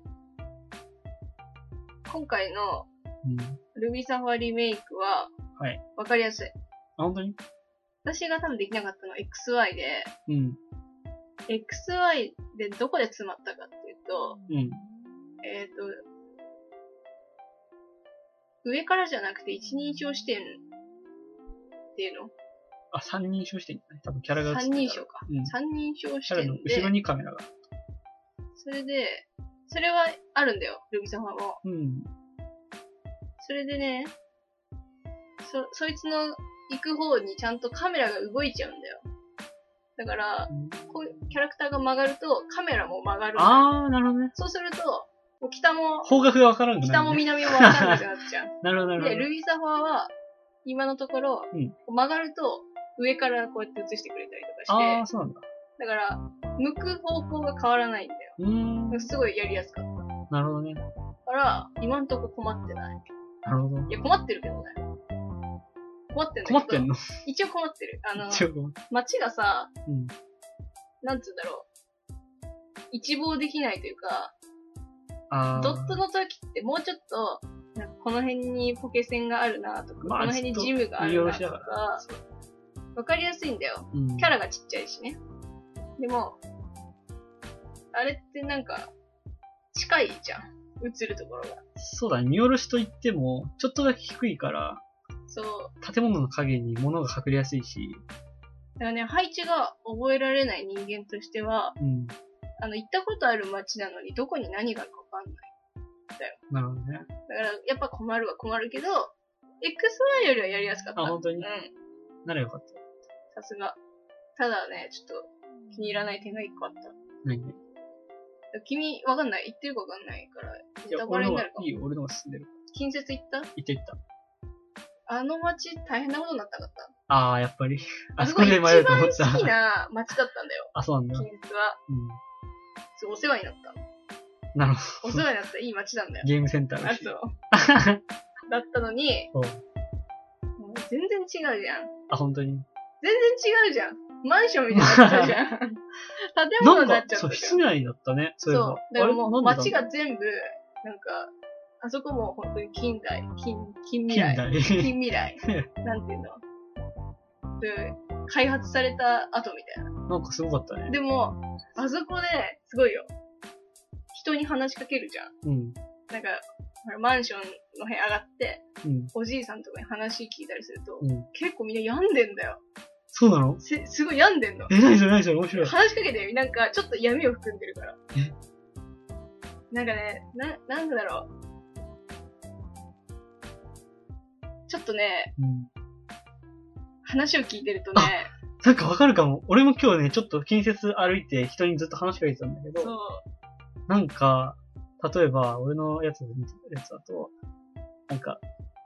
今回のルビーサファリメイクは、わかりやすい。 あ、本当に？ 私が多分できなかったのは XY で、XY でどこで詰まったかっていうと、上からじゃなくて一人称視点っていうの？ あ、三人称視点ね。多分キャラが映ってる。 三人称か。三人称視点で。キャラの後ろにカメラが。 それで、それはあるんだよ、ルビサファも。それでね、そいつの行く方にちゃんとカメラが動いちゃうんだよ。だから、こういうキャラクターが曲がるとカメラも曲がる。 あー、なるほどね。 そうすると、北も、 方角がわからんくなる、ね。 北も南もわからなくなっちゃう。 なるほど、なるほど。 で、ルビサファは、今のところ、曲がると上からこうやって映してくれたりとかして。 あー、そうなんだ。 だから、向く方向が変わらないんだよ。すごいやりやすかった。 なるほどね。だから、今んとこ困ってない。 なるほど。 いや、困ってるけどね。困ってんだけど。 困ってんの？ 一応困ってる。街がさ、なんつうんだろう。一望できないというか、ドットの時ってもうちょっと、なんかこの辺にポケセンがあるなとか、この辺にジムがあるなとか、わかりやすいんだよ。キャラがちっちゃいしね。でも、あれってなんか、近いじゃん。映るところが。そうだね。 見下ろしといっても、ちょっとだけ低いから、 そう。 建物の影に物が隠れやすいし。 だからね、配置が覚えられない人間としては、行ったことある街なのにどこに何があるかわかんない。だよ。 なるほどね。だから、やっぱ困るは困るけど、XY よりはやりやすかった。 あ、本当に？ならよかった。 さすが。ただね、ちょっと気に入らない点が一個あった。 何？ 君、わかんない。言ってるかわかんないから、ネタバレになるかも。 いいよ、俺のが進んでる。 近接行った？ 行った行った。 あの街大変なことになったかった。 ああ、やっぱり。あそこで迷うと思った。 一番好きな街だったんだよ。 あ、そうなんだ。 近接は。そう、お世話になった。 なるほど。お世話になったいい街なんだよ。 ゲームセンターだし。 そう。だったのに、もう全然違うじゃん。 あ、本当に。 全然違うじゃん。マンションみたいになったじゃん。建物になっちゃったじゃん。 そう、室内だったね。 そう。だからもう街が全部、なんか、あそこも本当に近未来。近未来。なんていうの。で、開発された後みたいな。 なんかすごかったね。 でも、あそこで、すごいよ。人に話しかけるじゃん。なんか、マンションの部屋上がって、おじいさんとかに話聞いたりすると、結構みんな病んでんだよ。 そうなの？ すごい病んでんの。 何それ面白い。 話しかけて、なんかちょっと闇を含んでるから。なんかね、なんだろう。ちょっとね、話を聞いてるとね、 なんかわかるかも。俺も今日ね、ちょっと近接歩いて人にずっと話しかけてたんだけど、 そう。 なんか、例えば、俺のやつだと、なんか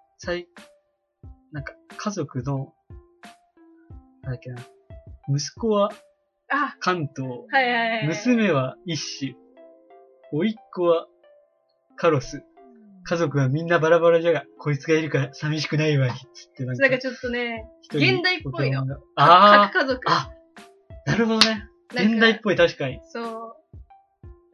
家族の、なんだっけな、息子は関東、娘は一種、甥っ子はカロス、 家族はみんなバラバラじゃが、こいつがいるから寂しくないわい。つってなんかちょっとね、現代っぽいの。 あ各家族。 あ、なるほどね。現代っぽい、確かに。 そう。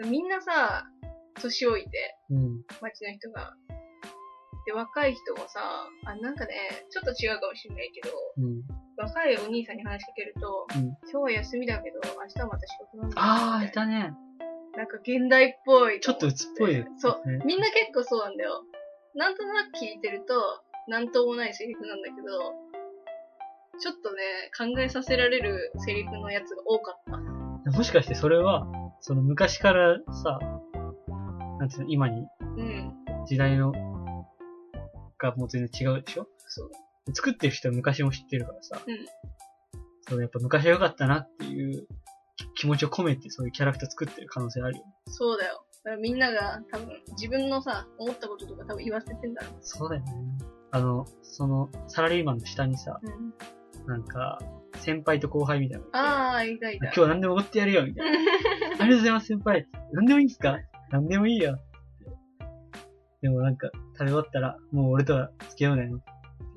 みんなさ、年老いて、町の人が。で、若い人もさ、なんかね、ちょっと違うかもしれないけど、若いお兄さんに話しかけると、今日は休みだけど、明日はまた仕事なんだよ。 ああ、いたね。 なんか現代っぽい。 ちょっと鬱っぽい、ね。 そう。みんな結構そうなんだよ。なんとなく聞いてると、なんともないセリフなんだけど、ちょっとね、考えさせられるセリフのやつが多かった。 もしかしてそれは、その昔からさ、なんていうの、今に、時代の、がもう全然違うでしょ？ そう。 作ってる人は昔も知ってるからさ、そのやっぱ昔は良かったなっていう気持ちを込めてそういうキャラクター作ってる可能性あるよね。 そうだよ。だからみんなが多分自分のさ、思ったこととか多分言わせてんだろう。 そうだよね。その、サラリーマンの下にさ、なんか、先輩と後輩みたいなのいた。 今日は何でもおごってやるよ、みたいな。ありがとうございます、先輩。何でもいいんですか？何でもいいよ。でもなんか、食べ終わったら、もう俺とは付き合わないの。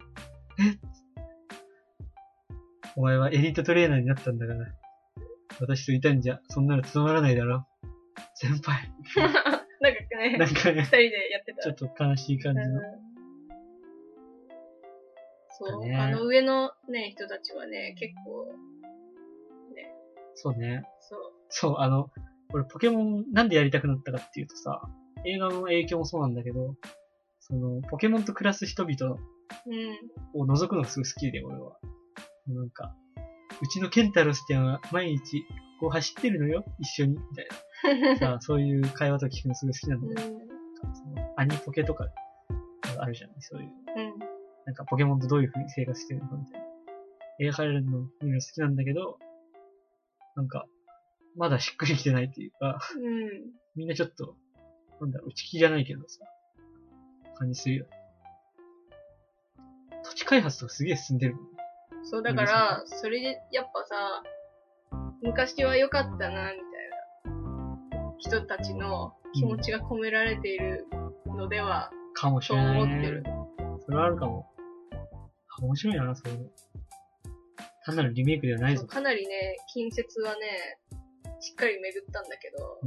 お前はエリートトレーナーになったんだから。私といたんじゃ、そんなの務まらないだろ。先輩。 なんかね、二人でやってた。 ちょっと悲しい感じの。 そう、ね、上のね、人たちはね、結構、ね。 そうね。 そう。 俺ポケモンなんでやりたくなったかっていうとさ、映画の影響もそうなんだけど、ポケモンと暮らす人々を覗くのがすごい好きで、俺は。なんか、うちのケンタロスちゃんは毎日こう走ってるのよ、一緒に、みたいな。さあ、そういう会話とか聞くのすごい好きなんだけど、アニポケとかあるじゃん、そういう。なんかポケモンとどういう風に生活してるのかみたいな。描かれるの見るの好きなんだけど、なんか、まだしっくりきてないっていうか、みんなちょっと、なんだろう、内気じゃないけどさ、感じするよ。土地開発とかすげえ進んでるもん。 そう、だから、それで、やっぱさ、昔は良かったな、みたいな、人たちの気持ちが込められているのでは、 かもしれない、ね。 と思ってる。 それはあるかも。面白いな、そういうの。単なるリメイクではないぞ。 かなりね、近接はね、しっかり巡ったんだけど、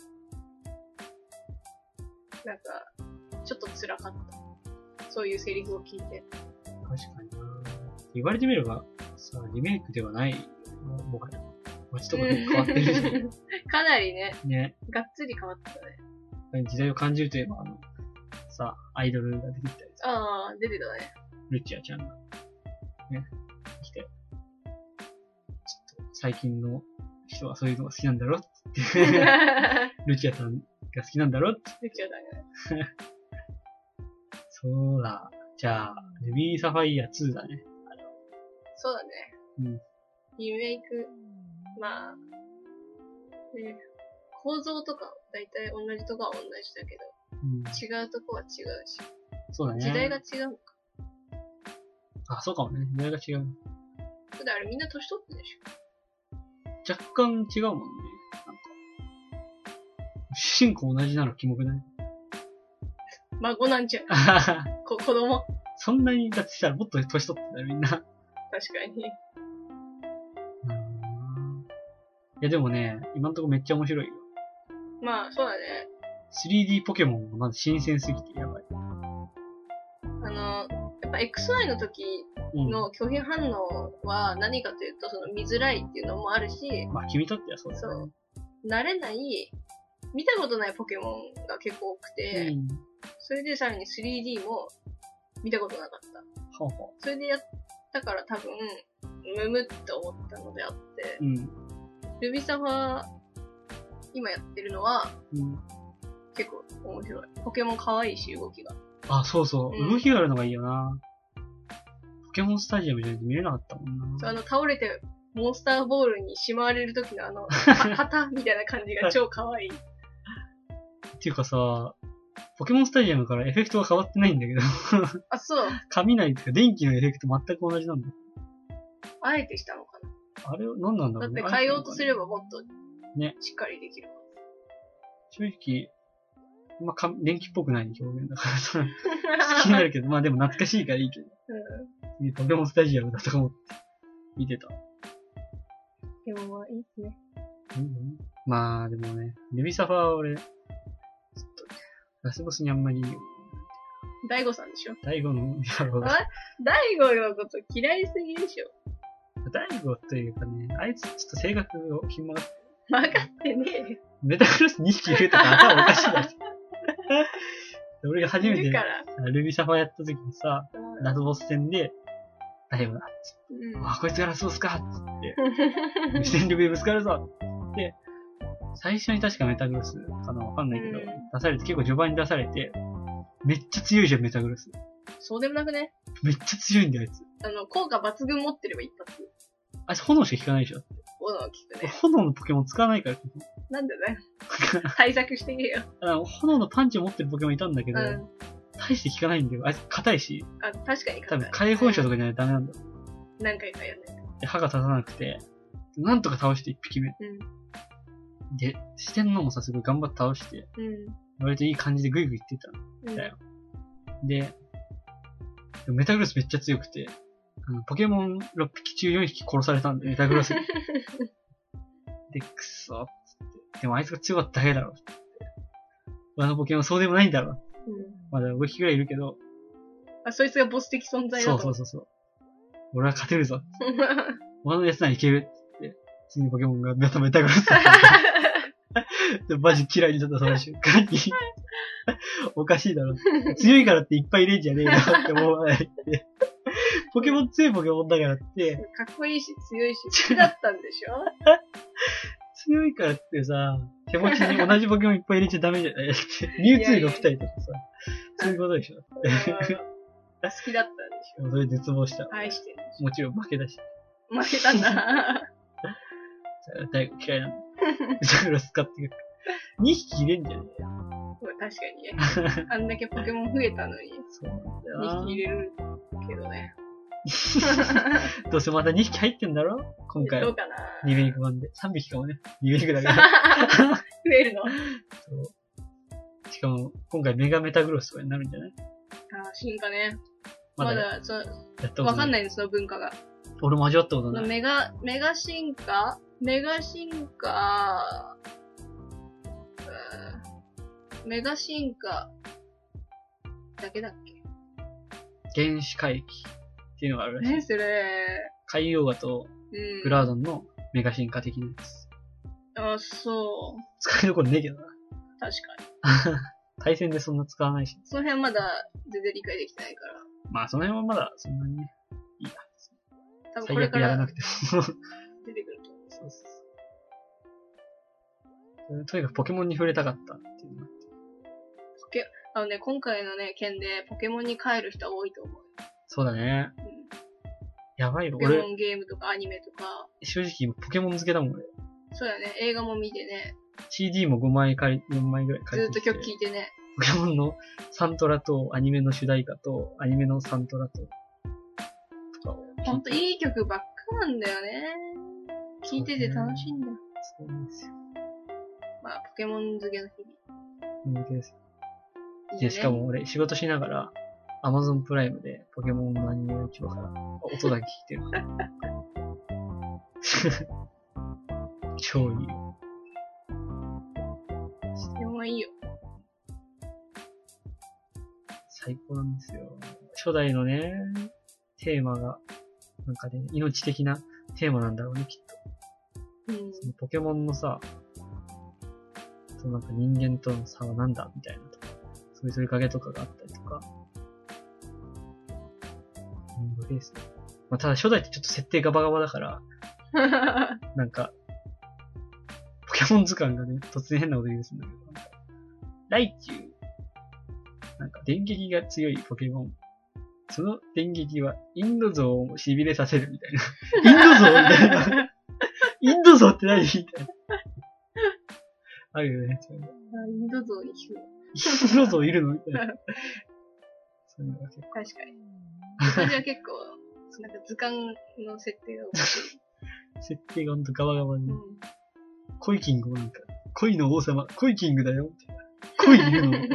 なんか、ちょっと辛かった。そういうセリフを聞いて。 確かにな。言われてみれば、さ、リメイクではない。もはや。街とか変わってるし。 かなりね。 ね。 がっつり変わってたね。時代を感じるといえば、さ、アイドルが出てきたりさ。 ああ、出てたね。 ルチアちゃんが。ね。来て。ちょっと、最近の人はそういうのが好きなんだろって。ルチアさんが好きなんだろって。 ルチアだね。 そうだ。じゃあ、ルビーサファイア2だね。 そうだね。リメイク、まあ、ね、構造とかだいたい同じとこは同じだけど、違うとこは違うし。 そうだね。 時代が違うのか。 あ、そうかもね。時代が違う。 だってあれみんな年取ってるでしょ。若干違うもんね。なんか。主人公同じなのキモくない？ 孫なんちゃう。子供。 そんなにだってしたらもっと年取ってたよ、みんな。確かに。 いやでもね、今んとこめっちゃ面白いよ。 まあ、そうだね。 3D ポケモンがまず新鮮すぎてやばい。 やっぱ XY の時の拒否反応は何かというと、その見づらいっていうのもあるし、 まあ君とってはそうだね。そう。 慣れない、見たことないポケモンが結構多くて、それでさらに 3D も見たことなかった。それでやったから多分、むむって思ったのであって、ルビサファ今やってるのは、結構面白い。ポケモン可愛いし、動きが。あ、 そうそう。動きがあるのがいいよな。ポケモンスタジアムじゃないと見れなかったもんな。 そう、倒れて、モンスターボールにしまわれる時の旗みたいな感じが超可愛い。 っていうかさ、ポケモンスタジアムからエフェクトが変わってないんだけど。 あ、そう。 雷とか電気のエフェクト全く同じなんだよ。 あえてしたのかな。 あれ何なんだろうね。 だって変えようとすればもっと、ね、しっかりできる。 正直、 まあ、電気っぽくない表現だからさ、好きになるけど、まあでも懐かしいからいいけど。ポケモンスタジアムだと思って見てた。 でもいいっすね。 まあでもね、ルビサファは俺、ちょっと、ラスボスにあんまりいいよ。 大悟さんでしょ？ 大悟の野郎が。 大悟のこと嫌いすぎでしょ？ 大悟というかね、あいつちょっと性格をひん曲がって。 曲がってねえよ。 メタクロス2匹いるとか頭おかしいだし。俺が初めてルビサファやった時にさ、ラスボス戦で、大悟だっつって、あ、こいつがラスボスかっつって、無線ルビーぶつかるぞで、最初に確かメタグロスかなわかんないけど、出されて、結構序盤に出されて、めっちゃ強いじゃん、メタグロス。 そうでもなくね？ めっちゃ強いんだよ、あいつ。 効果抜群持ってれば一発。 あいつ炎しか効かないでしょ。 炎効くね。 炎のポケモン使わないから。 なんでだよ。対策してけよ。 炎のパンチを持ってるポケモンいたんだけど、大して効かないんだよ。あいつ硬いし。 あ、確かに硬い。 多分、解放書とかじゃないとダメなんだ。 何回かやんないと。 で、歯が立たなくて、なんとか倒して一匹目。で、四天王もさ、すごい頑張って倒して、割といい感じでグイグイいってたんだよ。で、メタグロスめっちゃ強くて、ポケモン6匹中4匹殺されたんで、メタグロスに。で、くそーっつって。でもあいつが強かっただけだろって。ポケモンそうでもないんだろ。まだ5匹ぐらいいるけど。 あ、そいつがボス的存在だと。 そう。俺は勝てるぞ。他のやつらにいけるって。次のポケモンがメタグロスだった。マジ嫌いになったその瞬間に。おかしいだろ。強いからっていっぱいいるんじゃねえよって思わないって。ポケモン強いポケモンだからって。 かっこいいし強いし好きだったんでしょ？ 強いからってさ、手持ちに同じポケモンいっぱい入れちゃダメじゃないミュウツーが2人とかさ、そういうことでしょ。 好きだったんでしょ。 それ絶望した。 愛してる。 もちろん負けだし。 負けたんだ。 大悟嫌いなの。メタグロス使ってくる。2匹入れんじゃねえよ。 確かにね。あんだけポケモン増えたのに。 そうなんだよ。 2匹入れるけどね。 どうせまた2匹入ってんだろ今回。 どうかなリメイク版で。3匹かもね。リメイクだから。 増えるの？ そう。しかも、今回メガメタグロスとかになるんじゃない？ ああ、進化ね。まだ、わかんないの、その文化が。 俺も味わったことない。 メガ進化メガ進化だけだっけ？ 原始回帰っていうのがあるらしい。 何それ？ 海洋ガとグラードンのメガ進化的なやつ。 あ、そう。 使いどころねえけどな。 確かに。 対戦でそんな使わないし。 その辺まだ全然理解できてないから。 まあその辺はまだそんなにね、いいや。 多分これからやらなくても出てくると思う。 そう。とにかくポケモンに触れたかったっていうのがあって。今回のね、件でポケモンに帰る人は多いと思う。 そうだね。やばいよ、 ポケモンゲームとかアニメとか。 正直今ポケモン漬けだもん、俺。 そうだね、映画も見てね。 CD も5枚4枚ぐらい借りてずっと曲聴いてね。 ポケモンのサントラとアニメの主題歌とアニメのサントラとかを。 ほんといい曲ばっかなんだよね。聴いてて楽しいんだよ。 そうなんですよ。 まあ、ポケモン漬けの日々。 人気ですよ。で、しかも俺仕事しながら Amazon プライムでポケモンのアニメの一話から音だけ聞いてる。超いいよ。 でもいいよ。 最高なんですよ。初代のね、テーマが、なんかね、命的なテーマなんだろうね、きっと。そのポケモンのさ、なんか人間との差はなんだみたいなとか、そういう影とかがあったりとか。ですね。まあ、ただ初代ってちょっと設定ガバガバだから、なんか、ポケモン図鑑がね、突然変なこと言うんですんだけど、ライチュウ、なんか電撃が強いポケモン。その電撃はインド像を痺れさせるみたいな。インド像みたいな。インド像って何みたいな。あるよね。 インド像いる。 インド像いるのみたいな。そういうのが結構。 確かに。私は結構、なんか図鑑の設定が面白い。 設定がほんとガバガバに。コイキングもなんか、恋の王様、コイキングだよ。 来い言うの。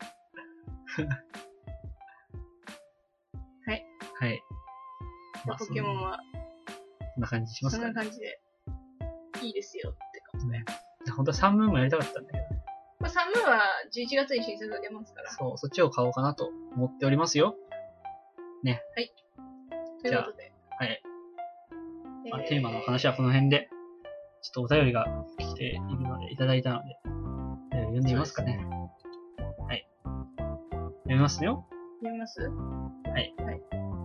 はい。 はい。 ポケモンは、 そんな感じしますかね。 そんな感じで、いいですよって感じね。 本当はサンムーンもやりたかったんだけど。 まあ、サンムーンは11月に新作が出ますから。 そう、そっちを買おうかなと思っておりますよ。ね。 はい。ということで。 はい。まあ、テーマの話はこの辺で、ちょっとお便りが来ているので、いただいたので、読んでみますかね。はい。読みますよ。 読みます？ はい。はい。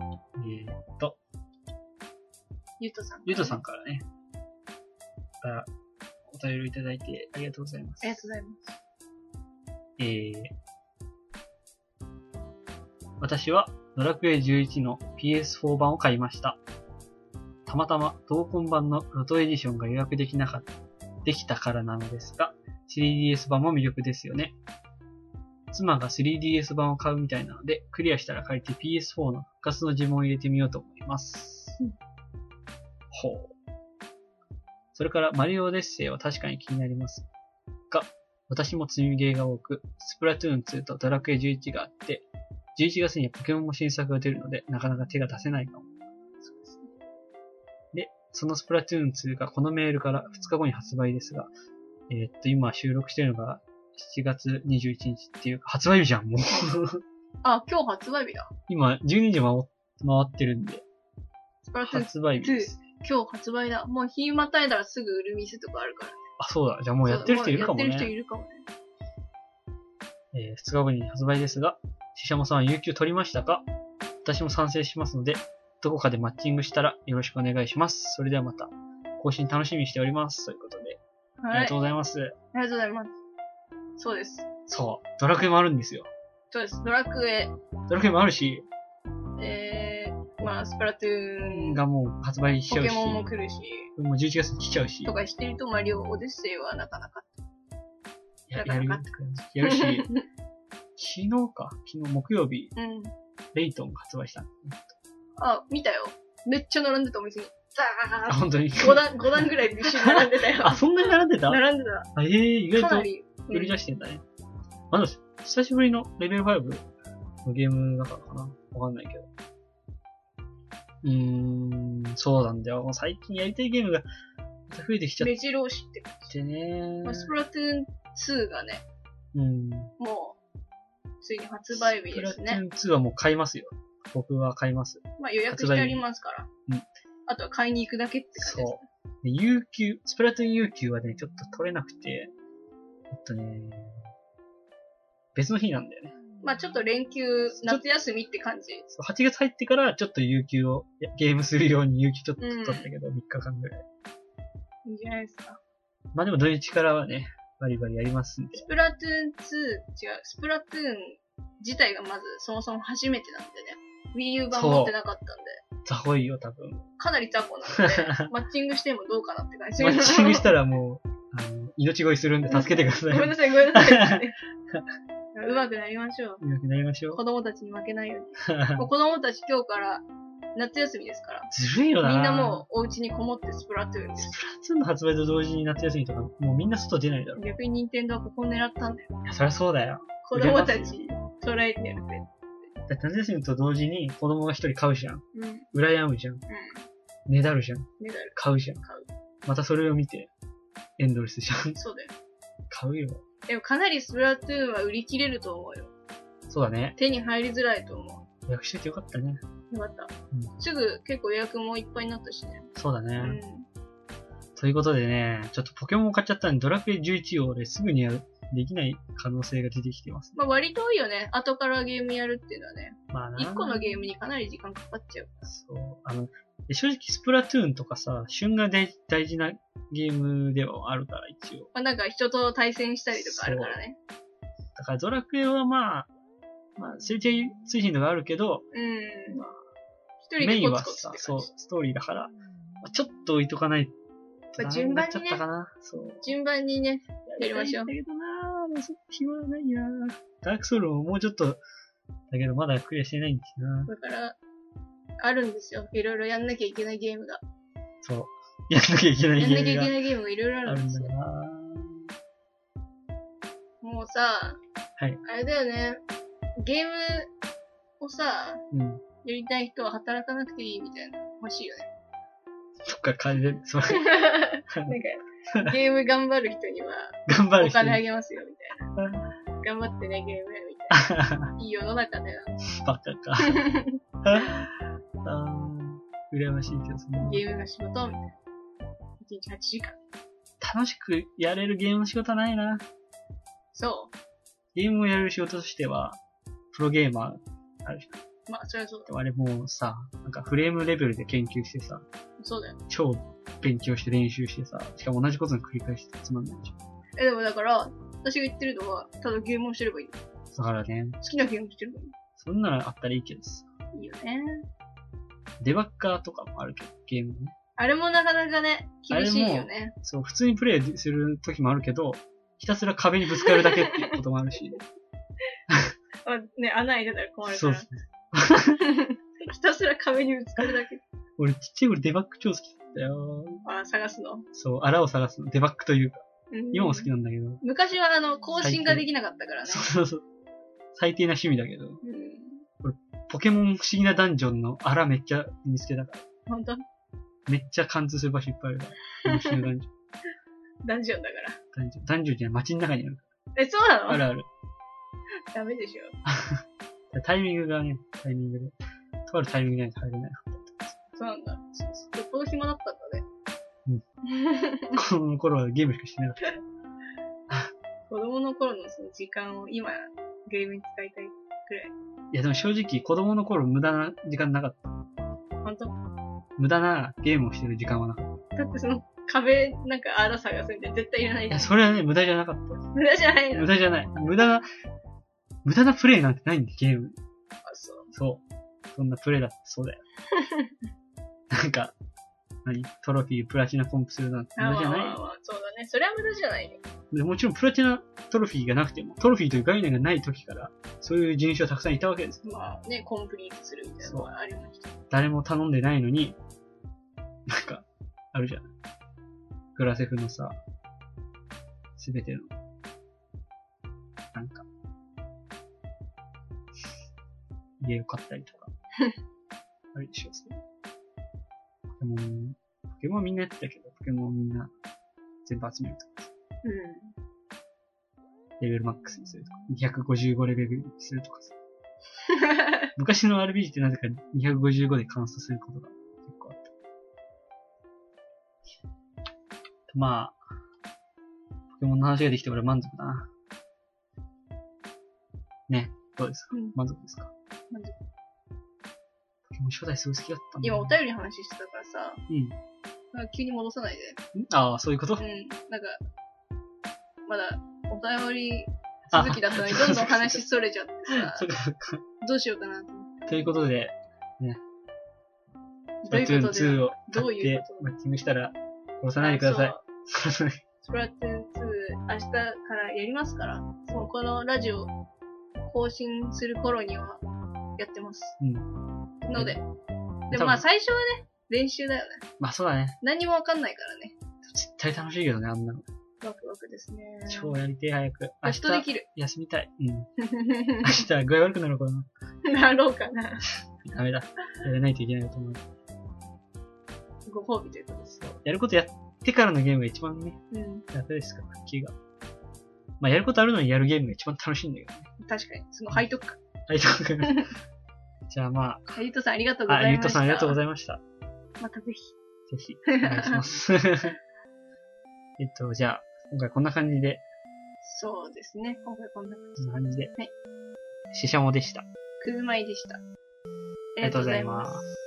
ゆうとさん。 ゆうとさんからね、お便りをいただいてありがとうございます。 ありがとうございます。 私はドラクエ11の PS4 版を買いました。たまたま同梱版のロトエディションが予約できたからなのですが、3DS 版も魅力ですよね。妻が 3DS 版を買うみたいなので、クリアしたら借りて PS4 の復活の呪文を入れてみようと思います。ほう。それからマリオオデッセイは確かに気になりますが、私も積みゲーが多く、スプラトゥーン2とドラクエ11があって、11月にはポケモンも新作が出るので、なかなか手が出せないかも。そうですね。で、そのスプラトゥーン2がこのメールから2日後に発売ですが、今収録してるのが7月21日っていうか、発売日じゃん、もう。 あ、今日発売日だ。 今、12時回ってるんで。 スプラトゥーン2。 発売日です。 今日発売だ。もう日またいだらすぐ売る店とかあるからね。 あ、そうだ。じゃあもうやってる人いるかもね。 やってる人いるかもね。 2日後に発売ですが、ししゃもさんは有給取りましたか？私も賛成しますので、どこかでマッチングしたらよろしくお願いします。それではまた、更新楽しみにしております。ということで。はい。ありがとうございます。 ありがとうございます。そうです。 そう。ドラクエもあるんですよ。 そうです。ドラクエもあるし、 まあ、スプラトゥーンがもう発売しちゃうし。 ポケモンも来るし。 もう11月に来ちゃうし。 とかしてるとマリオオデッセイはなかなか。 やるし、昨日木曜日、レイトンが発売した。 あ、見たよ。めっちゃ並んでたお店に。 ザー本当に。 5段ぐらいびっしり並んでたよ。 あ、そんなに並んでた？ 並んでた。 意外と売り出してんだね。久しぶりのレベル5のゲームだからかな。わかんないけど。そうなんだよ。最近やりたいゲームが増えてきちゃって。 目白押しって感じでね。スプラトゥーン2がね、もう、ついに発売日ですね。 スプラトゥーン2はもう買いますよ。僕は買います。 まあ予約してありますから。あとは買いに行くだけって感じです。 そう。スプラトゥーン有給はね、ちょっと取れなくて、別の日なんだよね。 まあちょっと連休、夏休みって感じ。 8月入ってからちょっと有給を、ゲームするように有給ちょっと取ったんだけど、3日間ぐらい。 いいじゃないですか。 まあでも土日からはね、バリバリやりますんで。 スプラトゥーン2、スプラトゥーン自体がまずそもそも初めてなんでね。Wii U 版持ってなかったんで。 ザホいよ、多分。 かなりザコなんで、マッチングしてもどうかなって感じ。 マッチングしたらもう、命乞いするんで助けてください。 ごめんなさい。上手くなりましょう。 上手くなりましょう。 子供たちに負けないように。もう子供たち今日から夏休みですから。 ずるいよな。 みんなもうお家にこもってスプラトゥーンです。 スプラトゥーンの発売と同時に夏休みとか、もうみんな外出ないだろ。 逆に任天堂はここを狙ったんだよ。 いや、そりゃそうだよ。 子供たち捉えてやるって。 だって夏休みと同時に子供が一人買うじゃん。羨むじゃん。ねだるじゃん。買うじゃん。またそれを見て、エンドレスじゃん。 そうだよ。 買うよ。 でもかなりスプラトゥーンは売り切れると思うよ。 そうだね。 手に入りづらいと思う。予約しててよかったね。 よかった。すぐ結構予約もいっぱいになったしね。 そうだね。ということでね、ちょっとポケモン買っちゃったんで、ドラクエ11を俺すぐにできない可能性が出てきてます、ね。 まあ割と多いよね。後からゲームやるっていうのはね。 まあな。 1個のゲームにかなり時間かかっちゃう。 そう。正直スプラトゥーンとかさ、旬が大事なゲームではあるから一応。 まあなんか人と対戦したりとかあるからね。 だからドラクエはまあ、成長追伸とかあるけど、 まあ、一人でコツコツって感じ。メインはさ、 そう、ストーリーだから、ちょっと置いとかないとダメになっちゃったかな。 順番にね、やりましょう。 だけどなぁ、そっちはないなぁ。ダークソウルももうちょっと、だけどまだクリアしてないんですな。 だから、あるんですよ。いろいろやんなきゃいけないゲームが。 そう。やんなきゃいけないゲームが。 やんなきゃいけないゲームがいろいろあるんですよ。ももさ、 はい。 あれだよね。ゲームをさ、 うん。 やりたい人は働かなくていいみたいな。欲しいよね。 とか感じで、それ。 なんか、ゲーム頑張る人には、 頑張る人お金あげますよ、みたいな。頑張ってね、ゲームみたいな。いい世の中だよ。 バカか。羨ましいけど、 ゲームが仕事みたいな。1日8時間。 楽しくやれるゲームの仕事はないな。 そう。 ゲームをやれる仕事としては、プロゲーマーあるじゃん。 まあ、それはそうだ。あれもうさ、なんかフレームレベルで研究してさ、 そうだよ。 超勉強して練習してさ、しかも同じことの繰り返してつまんないじゃん。 でもだから、私が言ってるのは、ただゲームをしてればいい。 だからね。 好きなゲームしてればいい。 そんなのあったらいいけどさ。 いいよね。 デバッカーとかもあるけど、ゲームね。 あれもなかなかね、厳しいよね。 そう、普通にプレイする時もあるけど、ひたすら壁にぶつかるだけっていうこともあるし。 ね、穴開いてたら困るから。 そうですね。 ひたすら壁にぶつかるだけ。 俺ちっちゃい頃デバッグ超好きだったよ。 あ、探すの。 そう、あらを探すの。デバッグというか。 うん、 今も好きなんだけど。 昔は更新ができなかったからね。 そうそう。最低な趣味だけど。 うん、 俺、ポケモン不思議なダンジョンのあらめっちゃ見つけたから。 ほんと？ めっちゃ貫通する場所いっぱいあるから。不思議なダンジョン。 ダンジョンだから。 ダンジョンじゃない、街の中にあるから。そうなの？ あるある。 ダメでしょ。 タイミングがね、タイミングで。とあるタイミングじゃないと入れない。 そうなんだ。そうそう。よっぽど暇だったんだね。 うん。子供の頃はゲームしかしてなかった。 子供の頃のその時間を今、ゲームに使いたいくらい。 いやでも正直子供の頃無駄な時間なかった。 ほんと？ 無駄なゲームをしてる時間はなかった。 だってその壁なんか穴探すみたいな絶対いらない。 いや、それはね、無駄じゃなかった。 無駄じゃないの？ 無駄じゃない。無駄なプレイなんてないんだ、ゲーム。 あ、そう。 そう。そんなプレイだってそうだよ。なんか、トロフィープラチナコンプするなんて無駄じゃない。 そうだね。それは無駄じゃないね。 でもちろんプラチナトロフィーがなくても、トロフィーという概念がない時から、そういう人種はたくさんいたわけです。 まあね、コンプリートするみたいなのがありました。 誰も頼んでないのに、なんか、あるじゃない。グラセフのさ、すべての、なんか、家を買ったりとか、あるでしょ、それ。ポケモンみんなやってたけど、ポケモンみんな全部集めるとか。 うん。 レベルマックスにするとか。255レベルにするとかさ。昔の RPG ってなぜか255で完走することが結構あった。まあ、ポケモンの話ができて俺は満足だな。ね、どうですか、満足ですか？ 満足。 ポケモン初代すごい好きだったんだ。 今お便りの話してたからさ、 うん。 なんか急に戻さないで。 ああ、そういうこと？ うん。なんか、まだお便り続きだったのにどんどん話それちゃってさ、どうしようかなと思って。 ということで、ね。 どういうことで？ を買ってマッチングしたら殺さないでください。殺さない。 スプラトゥーン2明日からやりますから、そうこのラジオ更新する頃にはやってます。 うん。 ので、でもまあ最初はね、練習だよね。 まあそうだね。 何もわかんないからね。 絶対楽しいけどね、あんなの。 ワクワクですね。 超やりてえ、早く。 明日できる。 休みたい。うん。明日具合悪くなるかな。なろうかな。 ダメだ。やらないといけないと思う。 ご褒美ということです。 やることやってからのゲームが一番ね、楽ですから、気が。まあやることあるのにやるゲームが一番楽しいんだけどね。 確かに。その背徳感。 背徳感。じゃあまあ。 ゆうとさんありがとうございました。 ゆうとさんありがとうございました。 またぜひ。 ぜひ、お願いします。じゃあ、今回こんな感じで。 そうですね。今回こんな感じで。 はい。 ししゃもでした。 くずまいでした。ありがとうございます。